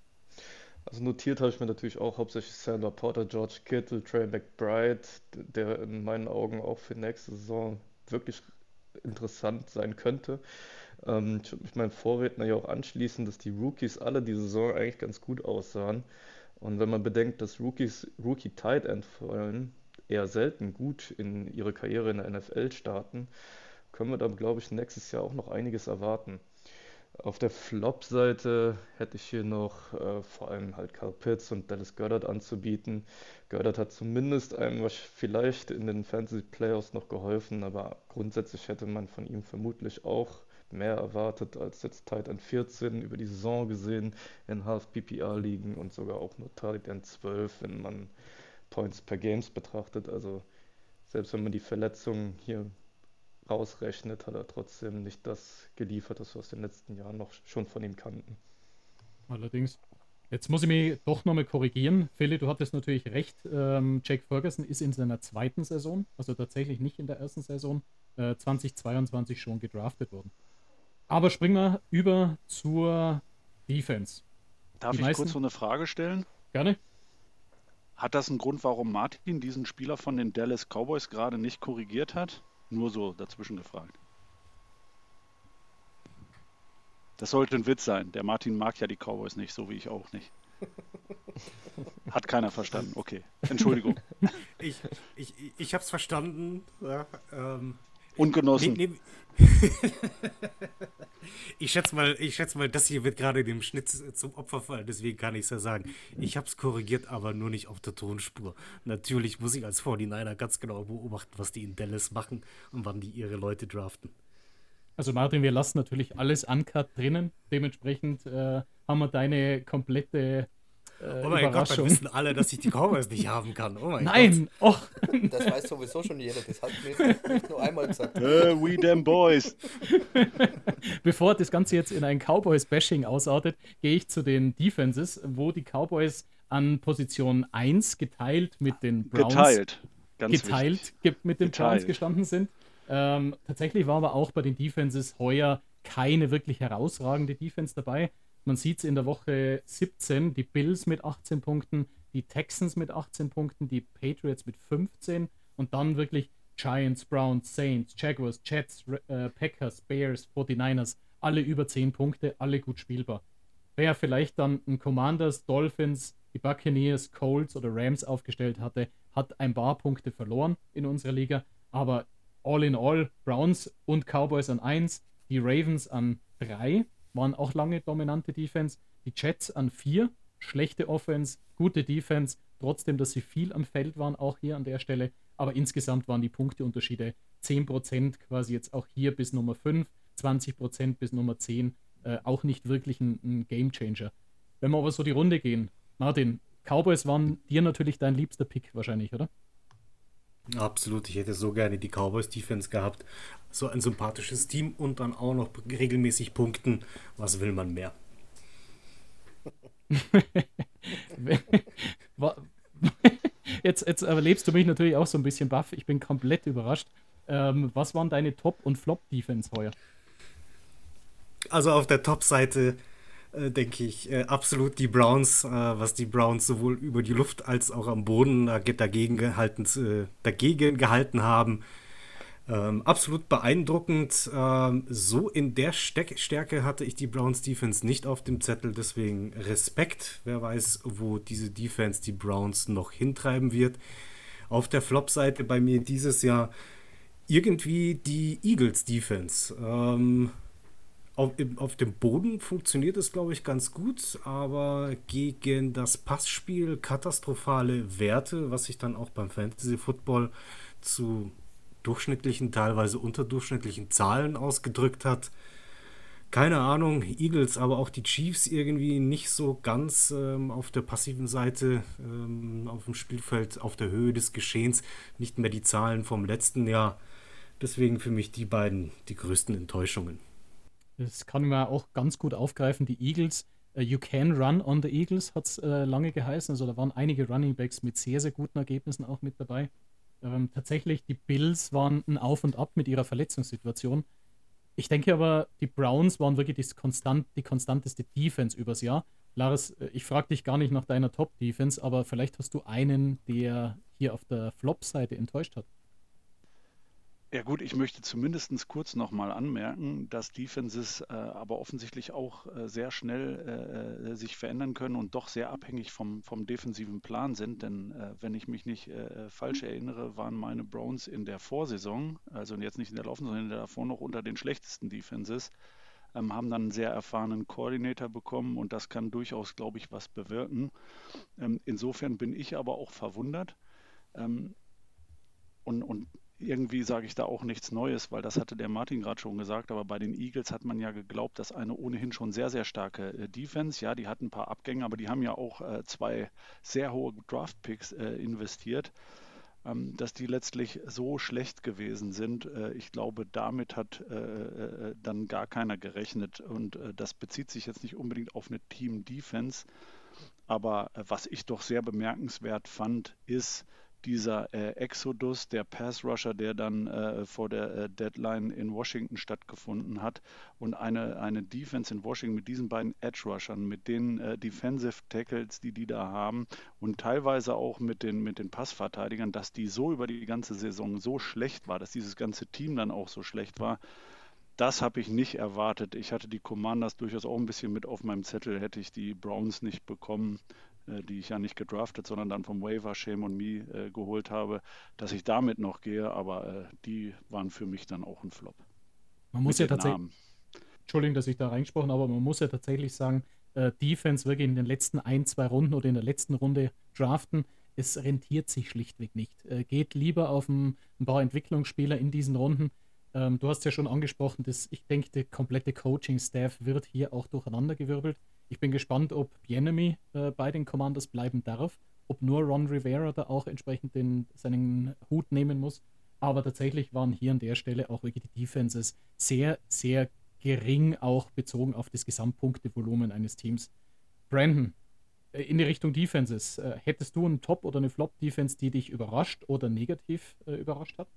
Also notiert habe ich mir natürlich auch hauptsächlich Sam Laporta, George Kittle, Trey McBride, der in meinen Augen auch für nächste Saison wirklich interessant sein könnte. Ähm, ich würde mich meinen Vorredner ja auch anschließen, dass die Rookies alle die Saison eigentlich ganz gut aussahen. Und wenn man bedenkt, dass Rookies, Rookie Tight End vor allem eher selten gut in ihre Karriere in der N F L starten, können wir da, glaube ich, nächstes Jahr auch noch einiges erwarten. Auf der Flop-Seite hätte ich hier noch äh, vor allem halt Kyle Pitts und Dallas Goedert anzubieten. Goedert hat zumindest einem was vielleicht in den Fantasy-Playoffs noch geholfen, aber grundsätzlich hätte man von ihm vermutlich auch mehr erwartet als jetzt Tight End vierzehn über die Saison gesehen in Half-P P R-Ligen und sogar auch nur Tight End zwölf, wenn man Points per Games betrachtet. Also selbst wenn man die Verletzungen hier rausrechnet, hat er trotzdem nicht das geliefert, das wir aus den letzten Jahren noch schon von ihm kannten. Allerdings. Jetzt muss ich mich doch nochmal korrigieren. Philly, du hattest natürlich recht. Ähm, Jake Ferguson ist in seiner zweiten Saison, also tatsächlich nicht in der ersten Saison, äh, zweitausendzweiundzwanzig schon gedraftet worden. Aber springen wir über zur Defense. Darf Die ich meisten- kurz so eine Frage stellen? Gerne. Hat das einen Grund, warum Martin diesen Spieler von den Dallas Cowboys gerade nicht korrigiert hat? Nur so dazwischen gefragt. Das sollte ein Witz sein. Der Martin mag ja die Cowboys nicht, so wie ich auch nicht. Hat keiner verstanden. Okay, Entschuldigung. Ich, ich, ich habe es verstanden. Ja, ähm, Und genossen. nee, nee. ich schätze mal, ich schätze mal, das hier wird gerade dem Schnitt zum Opfer fallen, deswegen kann ich es ja sagen. Ich habe es korrigiert, aber nur nicht auf der Tonspur. Natürlich muss ich als forty-niner ganz genau beobachten, was die in Dallas machen und wann die ihre Leute draften. Also Martin, wir lassen natürlich alles uncut drinnen. Dementsprechend äh, haben wir deine komplette äh, Oh mein Gott, dann Überraschung. wissen alle, dass ich die Cowboys nicht haben kann. Oh mein Gott. Nein! Och! Das weiß sowieso schon jeder, das hat mir nicht nur einmal gesagt. Äh, we them boys. Bevor das Ganze jetzt in ein Cowboys-Bashing ausartet, gehe ich zu den Defenses, wo die Cowboys an Position eins geteilt mit den Browns Geteilt. Ganz geteilt wichtig. ge- mit den Geteilt. Browns gestanden sind. Ähm, tatsächlich war aber auch bei den Defenses heuer keine wirklich herausragende Defense dabei. Man sieht es in der Woche siebzehn, die Bills mit achtzehn Punkten, die Texans mit achtzehn Punkten, die Patriots mit fünfzehn und dann wirklich Giants, Browns, Saints, Jaguars, Jets, äh, Packers, Bears, forty-niners, alle über zehn Punkte, alle gut spielbar. Wer vielleicht dann ein Commanders, Dolphins, die Buccaneers, Colts oder Rams aufgestellt hatte, hat ein paar Punkte verloren in unserer Liga, aber all in all, Browns und Cowboys an eins, die Ravens an drei, waren auch lange dominante Defense, die Jets an vier, schlechte Offense, gute Defense, trotzdem, dass sie viel am Feld waren, auch hier an der Stelle, aber insgesamt waren die Punkteunterschiede zehn Prozent quasi jetzt auch hier bis Nummer fünf, zwanzig Prozent bis Nummer zehn, äh, auch nicht wirklich ein, ein Gamechanger. Wenn wir aber so die Runde gehen, Martin, Cowboys waren dir natürlich dein liebster Pick wahrscheinlich, oder? Absolut, ich hätte so gerne die Cowboys-Defense gehabt. So ein sympathisches Team und dann auch noch regelmäßig punkten. Was will man mehr? jetzt, jetzt erlebst du mich natürlich auch so ein bisschen baff. Ich bin komplett überrascht. Ähm, was waren deine Top- und Flop-Defense heuer? Also auf der Top-Seite äh, denke ich äh, absolut die Browns, äh, was die Browns sowohl über die Luft als auch am Boden äh, dagegen, gehalten, äh, dagegen gehalten haben. Ähm, absolut beeindruckend. Ähm, so in der Steck- Stärke hatte ich die Browns Defense nicht auf dem Zettel, deswegen Respekt. Wer weiß, wo diese Defense die Browns noch hintreiben wird. Auf der Flop-Seite bei mir dieses Jahr irgendwie die Eagles Defense. Ähm, Auf, im, auf dem Boden funktioniert es, glaube ich, ganz gut, aber gegen das Passspiel katastrophale Werte, was sich dann auch beim Fantasy Football zu durchschnittlichen, teilweise unterdurchschnittlichen Zahlen ausgedrückt hat. Keine Ahnung, Eagles, aber auch die Chiefs irgendwie nicht so ganz ähm, auf der passiven Seite, ähm, auf dem Spielfeld, auf der Höhe des Geschehens, nicht mehr die Zahlen vom letzten Jahr. Deswegen für mich die beiden die größten Enttäuschungen. Das kann man auch ganz gut aufgreifen. Die Eagles, uh, you can run on the Eagles, hat es äh, lange geheißen. Also da waren einige Running Backs mit sehr, sehr guten Ergebnissen auch mit dabei. Ähm, tatsächlich, die Bills waren ein Auf und Ab mit ihrer Verletzungssituation. Ich denke aber, die Browns waren wirklich die, konstant, die konstanteste Defense übers Jahr. Lars, ich frage dich gar nicht nach deiner Top-Defense, aber vielleicht hast du einen, der hier auf der Flop-Seite enttäuscht hat. Ja gut, ich möchte zumindest kurz nochmal anmerken, dass Defenses äh, aber offensichtlich auch äh, sehr schnell äh, sich verändern können und doch sehr abhängig vom, vom defensiven Plan sind. Denn äh, wenn ich mich nicht äh, falsch erinnere, waren meine Browns in der Vorsaison, also jetzt nicht in der laufenden, sondern davor noch unter den schlechtesten Defenses, ähm, haben dann einen sehr erfahrenen Koordinator bekommen und das kann durchaus, glaube ich, was bewirken. Ähm, insofern bin ich aber auch verwundert ähm, und, und irgendwie sage ich da auch nichts Neues, weil das hatte der Martin gerade schon gesagt, aber bei den Eagles hat man ja geglaubt, dass eine ohnehin schon sehr, sehr starke äh, Defense, ja, die hatten ein paar Abgänge, aber die haben ja auch äh, zwei sehr hohe Draft-Picks äh, investiert, ähm, dass die letztlich so schlecht gewesen sind. Äh, ich glaube, damit hat äh, äh, dann gar keiner gerechnet und äh, das bezieht sich jetzt nicht unbedingt auf eine Team-Defense, aber äh, was ich doch sehr bemerkenswert fand, ist, dieser äh, Exodus, der Pass-Rusher, der dann äh, vor der äh, Deadline in Washington stattgefunden hat und eine, eine Defense in Washington mit diesen beiden Edge-Rushern, mit den äh, Defensive Tackles, die die da haben und teilweise auch mit den, mit den Passverteidigern, dass die so über die ganze Saison so schlecht war, dass dieses ganze Team dann auch so schlecht war, das habe ich nicht erwartet. Ich hatte die Commanders durchaus auch ein bisschen mit auf meinem Zettel, hätte ich die Browns nicht bekommen, die ich ja nicht gedraftet, sondern dann vom Waiver Shame on Me äh, geholt habe, dass ich damit noch gehe, aber äh, die waren für mich dann auch ein Flop. Man muss ja tatsächlich, Entschuldigung, dass ich da reingesprochen habe, aber man muss ja tatsächlich sagen, äh, Defense wirklich in den letzten ein, zwei Runden oder in der letzten Runde draften, es rentiert sich schlichtweg nicht. Äh, geht lieber auf ein, ein paar Entwicklungsspieler in diesen Runden. Ähm, du hast ja schon angesprochen, dass ich denke, der komplette Coaching-Staff wird hier auch durcheinandergewirbelt. Ich bin gespannt, ob Bieniemy äh, bei den Commanders bleiben darf, ob nur Ron Rivera da auch entsprechend den, seinen Hut nehmen muss. Aber tatsächlich waren hier an der Stelle auch wirklich die Defenses sehr, sehr gering, auch bezogen auf das Gesamtpunktevolumen eines Teams. Brandon, äh, in die Richtung Defenses, äh, hättest du einen Top- oder eine Flop-Defense, die dich überrascht oder negativ äh, überrascht hat?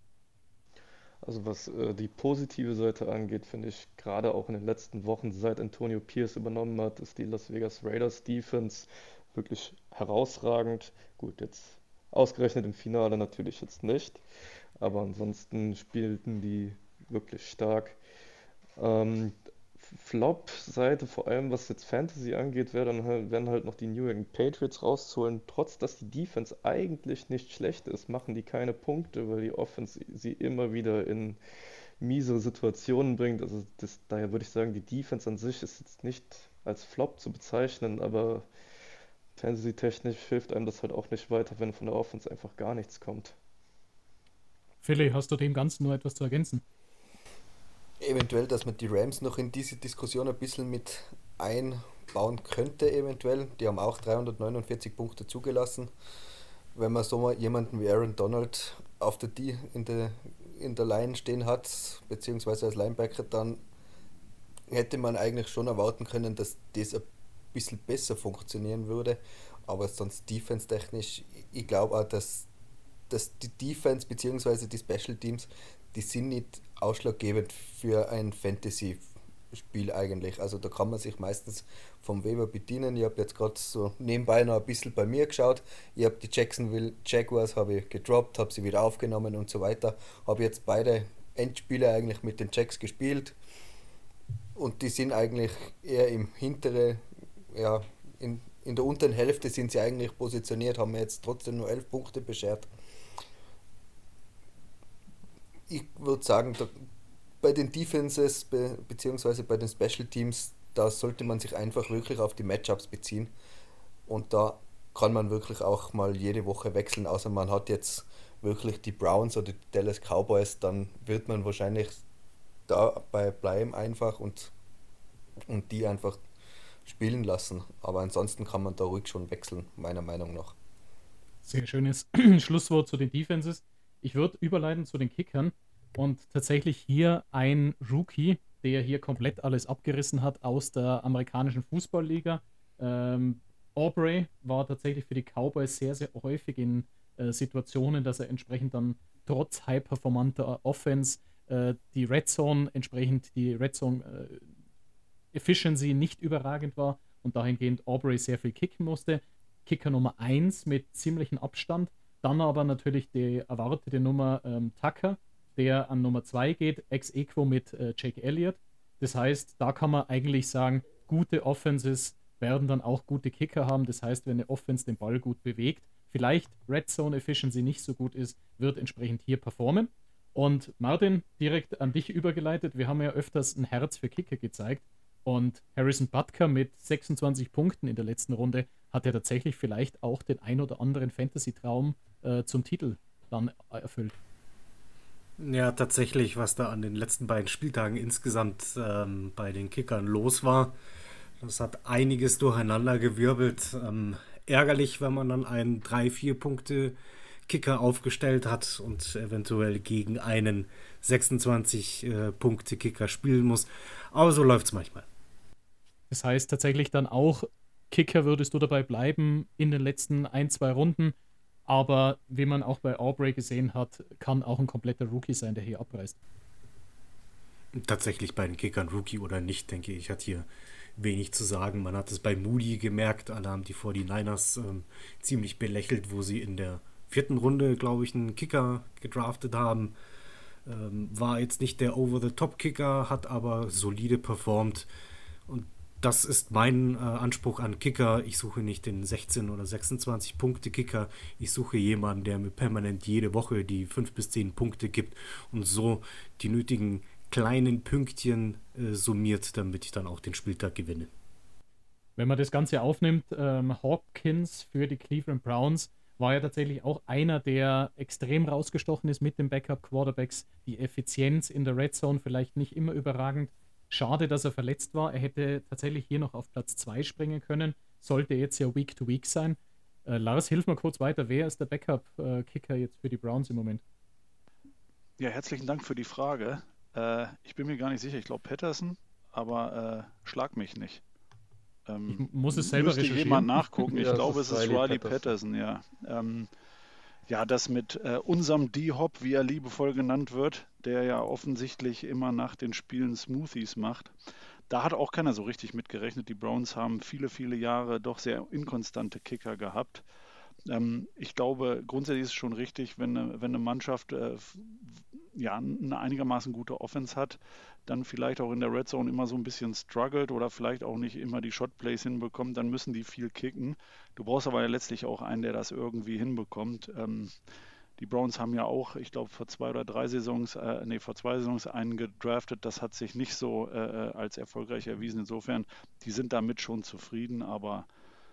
Also was äh, die positive Seite angeht, finde ich gerade auch in den letzten Wochen, seit Antonio Pierce übernommen hat, ist die Las Vegas Raiders Defense wirklich herausragend. Gut, jetzt ausgerechnet im Finale natürlich jetzt nicht, aber ansonsten spielten die wirklich stark. Ähm, Flop-Seite, vor allem was jetzt Fantasy angeht, wär dann halt, werden halt noch die New England Patriots rauszuholen. Trotz dass die Defense eigentlich nicht schlecht ist, machen die keine Punkte, weil die Offense sie immer wieder in miese Situationen bringt. Also das, daher würde ich sagen, die Defense an sich ist jetzt nicht als Flop zu bezeichnen, aber Fantasy-technisch hilft einem das halt auch nicht weiter, wenn von der Offense einfach gar nichts kommt. Philly, hast du dem Ganzen nur etwas zu ergänzen? Eventuell, dass man die Rams noch in diese Diskussion ein bisschen mit einbauen könnte, eventuell. Die haben auch dreihundertneunundvierzig Punkte zugelassen. Wenn man so mal jemanden wie Aaron Donald auf der D in der, in der Line stehen hat, beziehungsweise als Linebacker, dann hätte man eigentlich schon erwarten können, dass das ein bisschen besser funktionieren würde. Aber sonst defense-technisch, ich glaube auch, dass, dass die Defense beziehungsweise die Special Teams, die sind nicht ausschlaggebend für ein Fantasy-Spiel eigentlich. Also da kann man sich meistens vom Waiver bedienen. Ich habe jetzt gerade so nebenbei noch ein bisschen bei mir geschaut. Ich habe die Jacksonville Jaguars habe ich gedroppt, habe sie wieder aufgenommen und so weiter. Habe jetzt beide Endspiele eigentlich mit den Jacks gespielt. Und die sind eigentlich eher im hintere, ja, in, in der unteren Hälfte sind sie eigentlich positioniert, haben mir jetzt trotzdem nur elf Punkte beschert. Ich würde sagen, da, bei den Defenses be beziehungsweise bei den Special Teams, da sollte man sich einfach wirklich auf die Matchups beziehen. Und da kann man wirklich auch mal jede Woche wechseln, außer man hat jetzt wirklich die Browns oder die Dallas Cowboys, dann wird man wahrscheinlich dabei bleiben einfach und, und die einfach spielen lassen. Aber ansonsten kann man da ruhig schon wechseln, meiner Meinung nach. Sehr schönes Schlusswort zu den Defenses. Ich würde überleiten zu den Kickern und tatsächlich hier ein Rookie, der hier komplett alles abgerissen hat aus der amerikanischen Fußballliga. Ähm, Aubrey war tatsächlich für die Cowboys sehr, sehr häufig in äh, Situationen, dass er entsprechend dann trotz high-performanter Offense äh, die Red Zone, entsprechend die Red Zone äh, Efficiency nicht überragend war und dahingehend Aubrey sehr viel kicken musste. Kicker Nummer eins mit ziemlichem Abstand. Dann aber natürlich die erwartete Nummer ähm, Tucker, der an Nummer zwei geht, ex aequo mit äh, Jake Elliott. Das heißt, da kann man eigentlich sagen, gute Offenses werden dann auch gute Kicker haben. Das heißt, wenn eine Offense den Ball gut bewegt, vielleicht Red Zone Efficiency nicht so gut ist, wird entsprechend hier performen. Und Martin, direkt an dich übergeleitet. Wir haben ja öfters ein Herz für Kicker gezeigt. Und Harrison Butker mit sechsundzwanzig Punkten in der letzten Runde hat ja tatsächlich vielleicht auch den ein oder anderen Fantasy-Traum äh, zum Titel dann erfüllt. Ja, tatsächlich, was da an den letzten beiden Spieltagen insgesamt ähm, bei den Kickern los war, das hat einiges durcheinander gewirbelt. Ähm, ärgerlich, wenn man dann einen drei vier Punkte Kicker aufgestellt hat und eventuell gegen einen sechsundzwanzig Punkte Kicker spielen muss. Aber so läuft es manchmal. Das heißt tatsächlich dann auch, Kicker würdest du dabei bleiben in den letzten ein, zwei Runden. Aber wie man auch bei Aubrey gesehen hat, kann auch ein kompletter Rookie sein, der hier abreißt. Tatsächlich bei den Kickern, Rookie oder nicht, denke ich, hat hier wenig zu sagen. Man hat es bei Moody gemerkt, alle haben die forty-niners ähm, ziemlich belächelt, wo sie in der vierten Runde, glaube ich, einen Kicker gedraftet haben. Ähm, war jetzt nicht der Over-the-Top-Kicker, hat aber solide performt. Und das ist mein äh, Anspruch an Kicker. Ich suche nicht den sechzehn- oder sechsundzwanzig Punkte Kicker. Ich suche jemanden, der mir permanent jede Woche die fünf bis zehn Punkte gibt und so die nötigen kleinen Pünktchen äh, summiert, damit ich dann auch den Spieltag gewinne. Wenn man das Ganze aufnimmt, ähm, Hopkins für die Cleveland Browns war ja tatsächlich auch einer, der extrem rausgestochen ist mit den Backup-Quarterbacks. Die Effizienz in der Red Zone vielleicht nicht immer überragend. Schade, dass er verletzt war. Er hätte tatsächlich hier noch auf Platz zwei springen können. Sollte jetzt ja Week to Week sein. Äh, Lars, hilf mal kurz weiter. Wer ist der Backup-Kicker jetzt für die Browns im Moment? Ja, herzlichen Dank für die Frage. Äh, ich bin mir gar nicht sicher. Ich glaube Patterson, aber äh, schlag mich nicht. Ähm, ich muss es selber müsste recherchieren. jemand nachgucken. Ich Ja, glaube, es es ist ist Riley Riley Patterson. Patterson, ja. Ähm, ja, das mit äh, unserem D-Hop, wie er liebevoll genannt wird, der ja offensichtlich immer nach den Spielen Smoothies macht. Da hat auch keiner so richtig mitgerechnet. Die Browns haben viele, viele Jahre doch sehr inkonstante Kicker gehabt. Ähm, ich glaube, grundsätzlich ist es schon richtig, wenn eine, wenn eine Mannschaft äh, ja, eine einigermaßen gute Offense hat, dann vielleicht auch in der Red Zone immer so ein bisschen struggelt oder vielleicht auch nicht immer die Shotplays hinbekommt, dann müssen die viel kicken. Du brauchst aber ja letztlich auch einen, der das irgendwie hinbekommt. Ähm, die Browns haben ja auch, ich glaube, vor zwei oder drei Saisons, äh, nee, vor zwei Saisons einen gedraftet. Das hat sich nicht so äh, als erfolgreich erwiesen. Insofern, die sind damit schon zufrieden, aber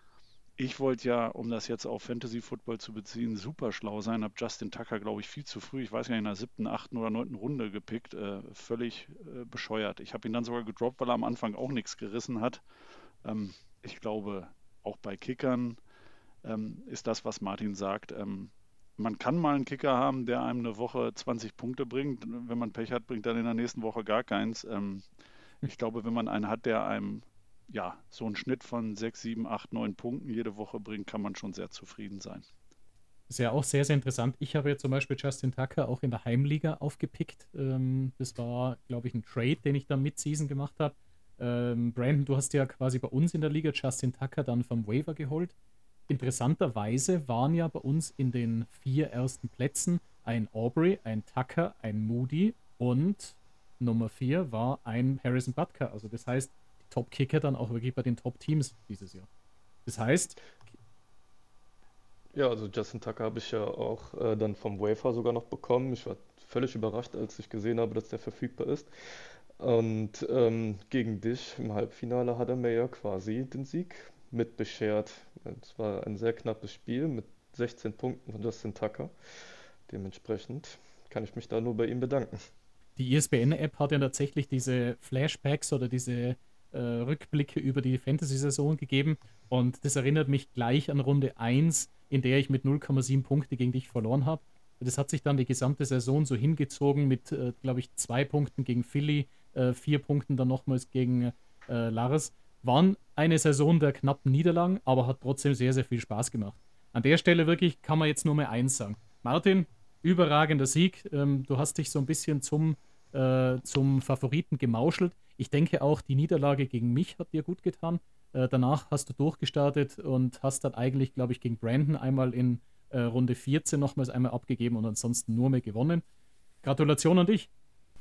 ich wollte ja, um das jetzt auf Fantasy Football zu beziehen, super schlau sein. Habe Justin Tucker, glaube ich, viel zu früh, ich weiß gar nicht, in der siebten, achten oder neunten Runde gepickt. Äh, völlig äh, bescheuert. Ich habe ihn dann sogar gedroppt, weil er am Anfang auch nichts gerissen hat. Ähm, ich glaube, auch bei Kickern ähm, ist das, was Martin sagt. Ähm, man kann mal einen Kicker haben, der einem eine Woche zwanzig Punkte bringt. Wenn man Pech hat, bringt er in der nächsten Woche gar keins. Ähm, ich glaube, wenn man einen hat, der einem ja, so einen Schnitt von sechs, sieben, acht, neun Punkten jede Woche bringt, kann man schon sehr zufrieden sein. Ist ja auch sehr, sehr interessant. Ich habe ja zum Beispiel Justin Tucker auch in der Heimliga aufgepickt. Ähm, das war, glaube ich, ein Trade, den ich da mid-Season gemacht habe. Ähm, Brandon, du hast ja quasi bei uns in der Liga Justin Tucker dann vom Waiver geholt. Interessanterweise waren ja bei uns in den vier ersten Plätzen ein Aubrey, ein Tucker, ein Moody und Nummer vier war ein Harrison Butker. Also das heißt, Top-Kicker dann auch wirklich bei den Top-Teams dieses Jahr. Das heißt... Ja, also Justin Tucker habe ich ja auch äh, dann vom Waiver sogar noch bekommen. Ich war völlig überrascht, als ich gesehen habe, dass der verfügbar ist. Und ähm, gegen dich im Halbfinale hat er mir ja quasi den Sieg mitbeschert. Es war ein sehr knappes Spiel mit sechzehn Punkten von Justin Tucker. Dementsprechend kann ich mich da nur bei ihm bedanken. Die E S P N-App hat ja tatsächlich diese Flashbacks oder diese äh, Rückblicke über die Fantasy-Saison gegeben und das erinnert mich gleich an Runde eins, in der ich mit null Komma sieben Punkte gegen dich verloren habe. Das hat sich dann die gesamte Saison so hingezogen mit, äh, glaube ich, zwei Punkten gegen Philly, äh, vier Punkten dann nochmals gegen äh, Lars. Waren eine Saison der knappen Niederlagen, aber hat trotzdem sehr, sehr viel Spaß gemacht. An der Stelle wirklich kann man jetzt nur mal eins sagen. Martin, überragender Sieg. Ähm, du hast dich so ein bisschen zum, äh, zum Favoriten gemauschelt. Ich denke auch, die Niederlage gegen mich hat dir gut getan. Äh, danach hast du durchgestartet und hast dann eigentlich, glaube ich, gegen Brandon einmal in äh, Runde vierzehn nochmals einmal abgegeben und ansonsten nur mehr gewonnen. Gratulation an dich.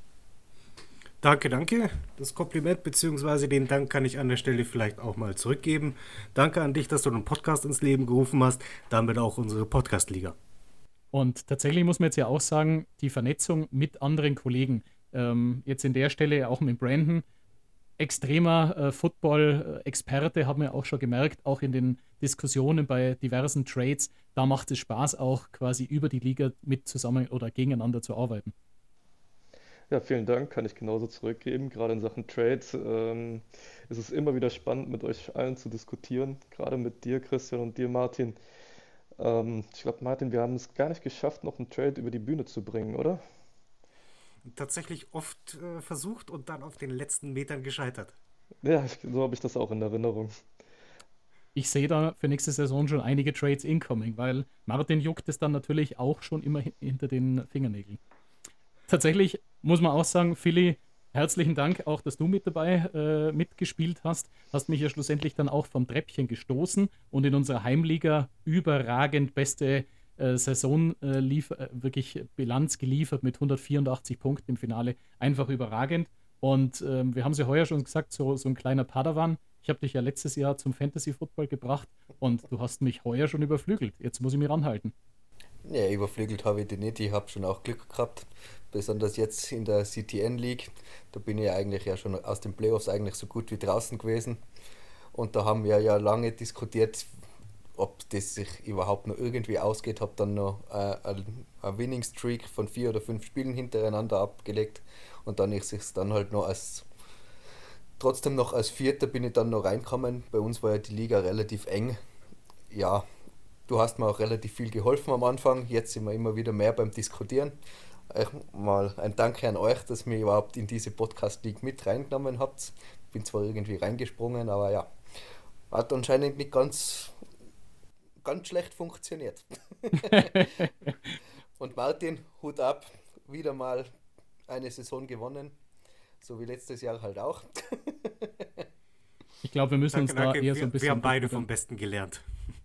Danke, danke. Das Kompliment bzw. den Dank kann ich an der Stelle vielleicht auch mal zurückgeben. Danke an dich, dass du den Podcast ins Leben gerufen hast, damit auch unsere Podcast-Liga. Und tatsächlich muss man jetzt ja auch sagen, die Vernetzung mit anderen Kollegen, ähm, jetzt in der Stelle auch mit Brandon, extremer äh, Football-Experte, haben wir auch schon gemerkt, auch in den Diskussionen bei diversen Trades, da macht es Spaß auch quasi über die Liga mit zusammen oder gegeneinander zu arbeiten. Ja, vielen Dank, kann ich genauso zurückgeben. Gerade in Sachen Trades ähm, ist es immer wieder spannend, mit euch allen zu diskutieren. Gerade mit dir, Christian, und dir, Martin. Ähm, ich glaube, Martin, wir haben es gar nicht geschafft, noch einen Trade über die Bühne zu bringen, oder? Tatsächlich oft äh, versucht und dann auf den letzten Metern gescheitert. Ja, ich, so habe ich das auch in Erinnerung. Ich sehe da für nächste Saison schon einige Trades incoming, weil Martin juckt es dann natürlich auch schon immer hin- hinter den Fingernägeln. Tatsächlich muss man auch sagen, Philly, herzlichen Dank auch, dass du mit dabei äh, mitgespielt hast. Hast mich ja schlussendlich dann auch vom Treppchen gestoßen und in unserer Heimliga überragend beste äh, Saison äh, lief, äh, wirklich Bilanz geliefert mit hundertvierundachtzig Punkten im Finale. Einfach überragend. Und ähm, wir haben es ja heuer schon gesagt, so, so ein kleiner Padawan. Ich habe dich ja letztes Jahr zum Fantasy-Football gebracht und du hast mich heuer schon überflügelt. Jetzt muss ich mich ranhalten. Ja, überflügelt habe ich die nicht. Ich habe schon auch Glück gehabt, besonders jetzt in der C T N League. Da bin ich ja eigentlich ja schon aus den Playoffs eigentlich so gut wie draußen gewesen. Und da haben wir ja lange diskutiert, ob das sich überhaupt noch irgendwie ausgeht. Habe dann noch äh, eine Winning Streak von vier oder fünf Spielen hintereinander abgelegt. Und dann ist es dann halt noch als, trotzdem noch als Vierter bin ich dann noch reingekommen. Bei uns war ja die Liga relativ eng. Ja, du hast mir auch relativ viel geholfen am Anfang. Jetzt sind wir immer wieder mehr beim Diskutieren. Euch mal ein Danke an euch, dass ihr überhaupt in diese Podcast-League mit reingenommen habt. Bin zwar irgendwie reingesprungen, aber ja, hat anscheinend nicht ganz, ganz schlecht funktioniert. Und Martin, Hut ab, wieder mal eine Saison gewonnen, so wie letztes Jahr halt auch. Ich glaube, wir müssen Danke, uns da danke. eher so ein Wir, bisschen... wir haben beide vom Besten gelernt.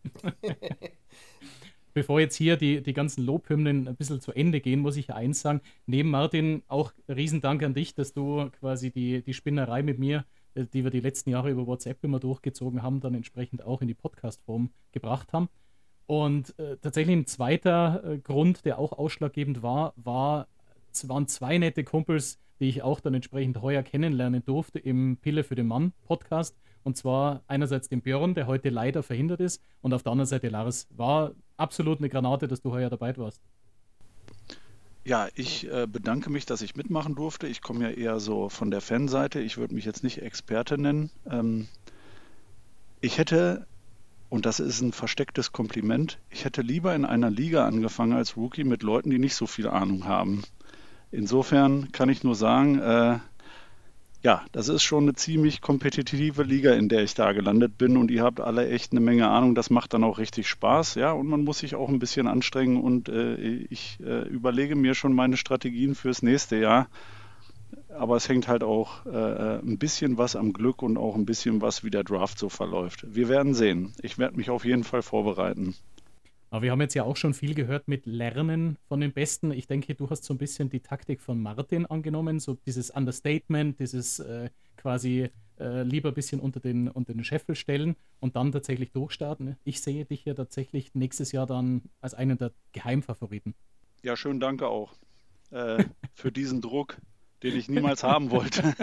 Bevor jetzt hier die, die ganzen Lobhymnen ein bisschen zu Ende gehen, muss ich ja eins sagen. Neben Martin auch Riesendank an dich, dass du quasi die, die Spinnerei mit mir, äh, die wir die letzten Jahre über WhatsApp immer durchgezogen haben, dann entsprechend auch in die Podcast-Form gebracht haben. Und äh, tatsächlich ein zweiter äh, Grund, der auch ausschlaggebend war, war, es waren zwei nette Kumpels, die ich auch dann entsprechend heuer kennenlernen durfte im Pille für den Mann Podcast. Und zwar einerseits den Björn, der heute leider verhindert ist, und auf der anderen Seite Lars. War absolut eine Granate, dass du heuer dabei warst. Ja, ich äh, bedanke mich, dass ich mitmachen durfte. Ich komme ja eher so von der Fanseite. Ich würde mich jetzt nicht Experte nennen. Ähm, ich hätte, und das ist ein verstecktes Kompliment, ich hätte lieber in einer Liga angefangen als Rookie mit Leuten, die nicht so viel Ahnung haben. Insofern kann ich nur sagen, äh, ja, das ist schon eine ziemlich kompetitive Liga, in der ich da gelandet bin, und ihr habt alle echt eine Menge Ahnung. Das macht dann auch richtig Spaß, ja, und man muss sich auch ein bisschen anstrengen, und äh, ich äh, überlege mir schon meine Strategien fürs nächste Jahr. Aber es hängt halt auch äh, ein bisschen was am Glück und auch ein bisschen was, wie der Draft so verläuft. Wir werden sehen. Ich werde mich auf jeden Fall vorbereiten. Aber wir haben jetzt ja auch schon viel gehört mit Lernen von den Besten. Ich denke, du hast so ein bisschen die Taktik von Martin angenommen, so dieses Understatement, dieses äh, quasi äh, lieber ein bisschen unter den, unter den Scheffel stellen und dann tatsächlich durchstarten. Ich sehe dich ja tatsächlich nächstes Jahr dann als einen der Geheimfavoriten. Ja, schön, danke auch. äh, für diesen Druck, den ich niemals haben wollte.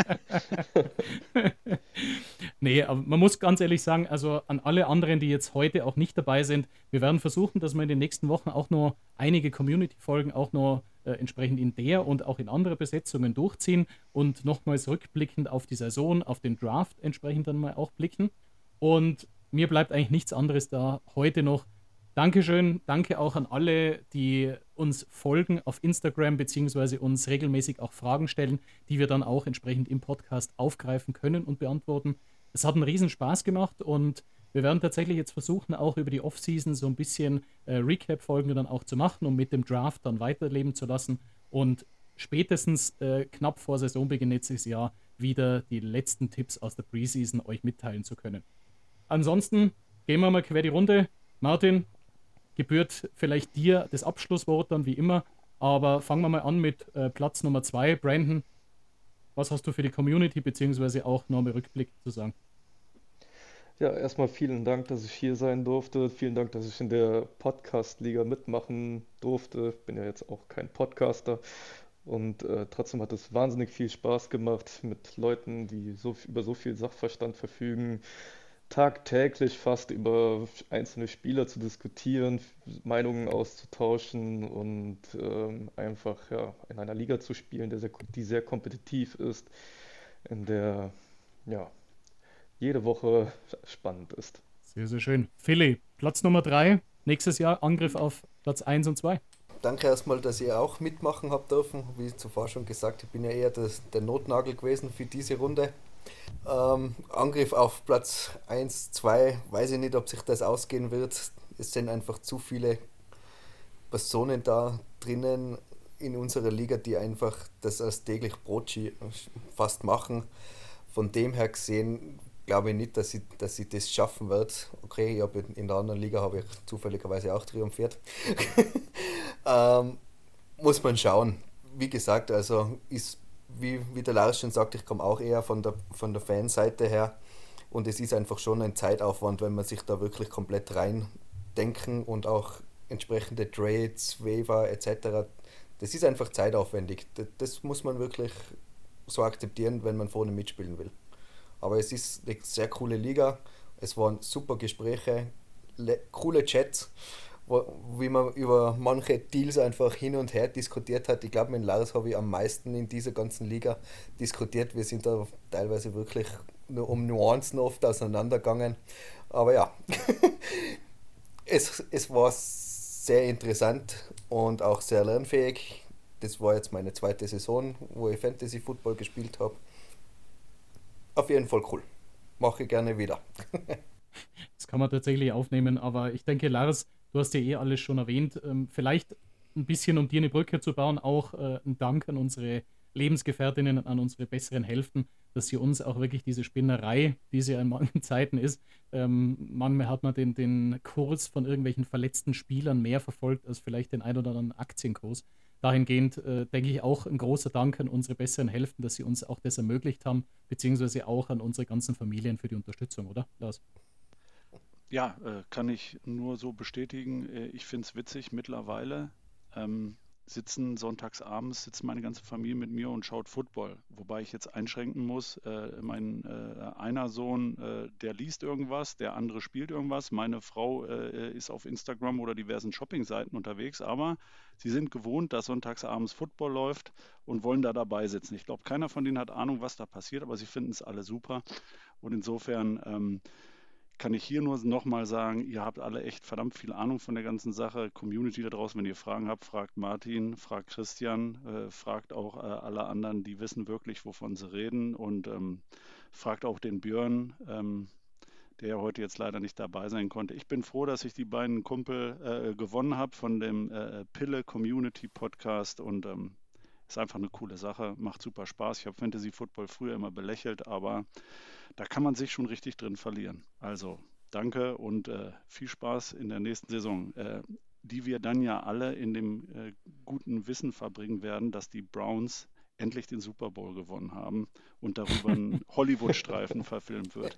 Nee, aber man muss ganz ehrlich sagen, also an alle anderen, die jetzt heute auch nicht dabei sind, wir werden versuchen, dass wir in den nächsten Wochen auch noch einige Community-Folgen auch noch äh, entsprechend in der und auch in andere Besetzungen durchziehen und nochmals rückblickend auf die Saison, auf den Draft entsprechend dann mal auch blicken. Und mir bleibt eigentlich nichts anderes da heute noch. Dankeschön, danke auch an alle, die uns folgen auf Instagram beziehungsweise uns regelmäßig auch Fragen stellen, die wir dann auch entsprechend im Podcast aufgreifen können und beantworten. Es hat einen riesen Spaß gemacht und wir werden tatsächlich jetzt versuchen, auch über die Offseason so ein bisschen äh, Recap-Folgen dann auch zu machen, um mit dem Draft dann weiterleben zu lassen und spätestens äh, knapp vor Saisonbeginn nächstes Jahr wieder die letzten Tipps aus der Preseason euch mitteilen zu können. Ansonsten gehen wir mal quer die Runde. Martin, gebührt vielleicht dir das Abschlusswort dann wie immer, aber fangen wir mal an mit äh, Platz Nummer zwei. Brandon, was hast du für die Community beziehungsweise auch noch mal Rückblick zu sagen? Ja, erstmal vielen Dank, dass ich hier sein durfte. Vielen Dank, dass ich in der Podcast-Liga mitmachen durfte. Ich bin ja jetzt auch kein Podcaster und äh, trotzdem hat es wahnsinnig viel Spaß gemacht mit Leuten, die so über so viel Sachverstand verfügen, tagtäglich fast über einzelne Spieler zu diskutieren, Meinungen auszutauschen und ähm, einfach ja, in einer Liga zu spielen, der sehr, die sehr kompetitiv ist, in der ja, jede Woche spannend ist. Sehr, sehr schön. Philly, Platz Nummer drei, nächstes Jahr Angriff auf Platz eins und zwei. Danke erstmal, dass ihr auch mitmachen habt dürfen. Wie zuvor schon gesagt, ich bin ja eher das, der Notnagel gewesen für diese Runde. Ähm, Angriff auf Platz eins, zwei, weiß ich nicht, ob sich das ausgehen wird. Es sind einfach zu viele Personen da drinnen in unserer Liga, die einfach das als täglich Brot fast machen. Von dem her gesehen glaube ich nicht, dass ich, dass ich das schaffen werde. Okay, ich habe in der anderen Liga habe ich zufälligerweise auch triumphiert. ähm, muss man schauen. Wie gesagt, also ist Wie, wie der Lars schon sagt, ich komme auch eher von der, von der Fanseite her und es ist einfach schon ein Zeitaufwand, wenn man sich da wirklich komplett rein denken und auch entsprechende Trades, Waiver et cetera. Das ist einfach zeitaufwendig. Das, das muss man wirklich so akzeptieren, wenn man vorne mitspielen will. Aber es ist eine sehr coole Liga, es waren super Gespräche, le- coole Chats, wo, wie man über manche Deals einfach hin und her diskutiert hat. Ich glaube, mit Lars habe ich am meisten in dieser ganzen Liga diskutiert. Wir sind da teilweise wirklich nur um Nuancen oft auseinandergegangen. Aber ja, es, es war sehr interessant und auch sehr lernfähig. Das war jetzt meine zweite Saison, wo ich Fantasy Football gespielt habe. Auf jeden Fall cool. Mache ich gerne wieder. Das kann man tatsächlich aufnehmen, aber ich denke, Lars, du hast ja eh alles schon erwähnt. Ähm, vielleicht ein bisschen, um dir eine Brücke zu bauen, auch äh, ein Dank an unsere Lebensgefährtinnen, an unsere besseren Hälften, dass sie uns auch wirklich diese Spinnerei, die sie ja in manchen Zeiten ist, ähm, manchmal hat man den, den Kurs von irgendwelchen verletzten Spielern mehr verfolgt als vielleicht den ein oder anderen Aktienkurs. Dahingehend äh, denke ich auch ein großer Dank an unsere besseren Hälften, dass sie uns auch das ermöglicht haben, beziehungsweise auch an unsere ganzen Familien für die Unterstützung, oder, Lars? Ja, äh, kann ich nur so bestätigen. Äh, ich finde es witzig, mittlerweile ähm, sitzen sonntags abends, sitzt meine ganze Familie mit mir und schaut Football. Wobei ich jetzt einschränken muss, äh, mein äh, einer Sohn, äh, der liest irgendwas, der andere spielt irgendwas. Meine Frau äh, ist auf Instagram oder diversen Shoppingseiten unterwegs, aber sie sind gewohnt, dass sonntags abends Football läuft und wollen da dabei sitzen. Ich glaube, keiner von denen hat Ahnung, was da passiert, aber sie finden es alle super. Und insofern ähm, kann ich hier nur nochmal sagen, ihr habt alle echt verdammt viel Ahnung von der ganzen Sache. Community da draußen, wenn ihr Fragen habt, fragt Martin, fragt Christian, äh, fragt auch äh, alle anderen, die wissen wirklich, wovon sie reden und ähm, fragt auch den Björn, ähm, der ja heute jetzt leider nicht dabei sein konnte. Ich bin froh, dass ich die beiden Kumpel äh, gewonnen habe von dem äh, Pille Community Podcast und ähm, ist einfach eine coole Sache, macht super Spaß. Ich habe Fantasy Football früher immer belächelt, aber da kann man sich schon richtig drin verlieren. Also danke und äh, viel Spaß in der nächsten Saison, äh, die wir dann ja alle in dem äh, guten Wissen verbringen werden, dass die Browns endlich den Super Bowl gewonnen haben und darüber ein Hollywood-Streifen verfilmt wird.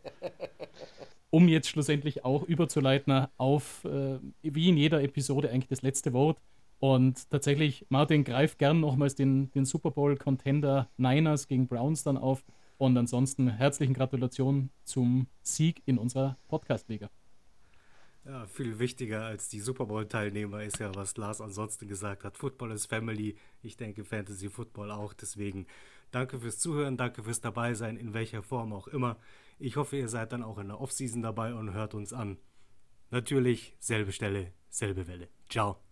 Um jetzt schlussendlich auch überzuleiten auf, äh, wie in jeder Episode eigentlich das letzte Wort. Und tatsächlich, Martin greift gern nochmals den, den Super Bowl-Contender Niners gegen Browns dann auf. Und ansonsten herzlichen Gratulation zum Sieg in unserer Podcast-Liga. Ja, viel wichtiger als die Super Bowl-Teilnehmer ist ja, was Lars ansonsten gesagt hat. Football ist Family. Ich denke Fantasy Football auch. Deswegen danke fürs Zuhören, danke fürs Dabeisein, in welcher Form auch immer. Ich hoffe, ihr seid dann auch in der Offseason dabei und hört uns an. Natürlich, selbe Stelle, selbe Welle. Ciao.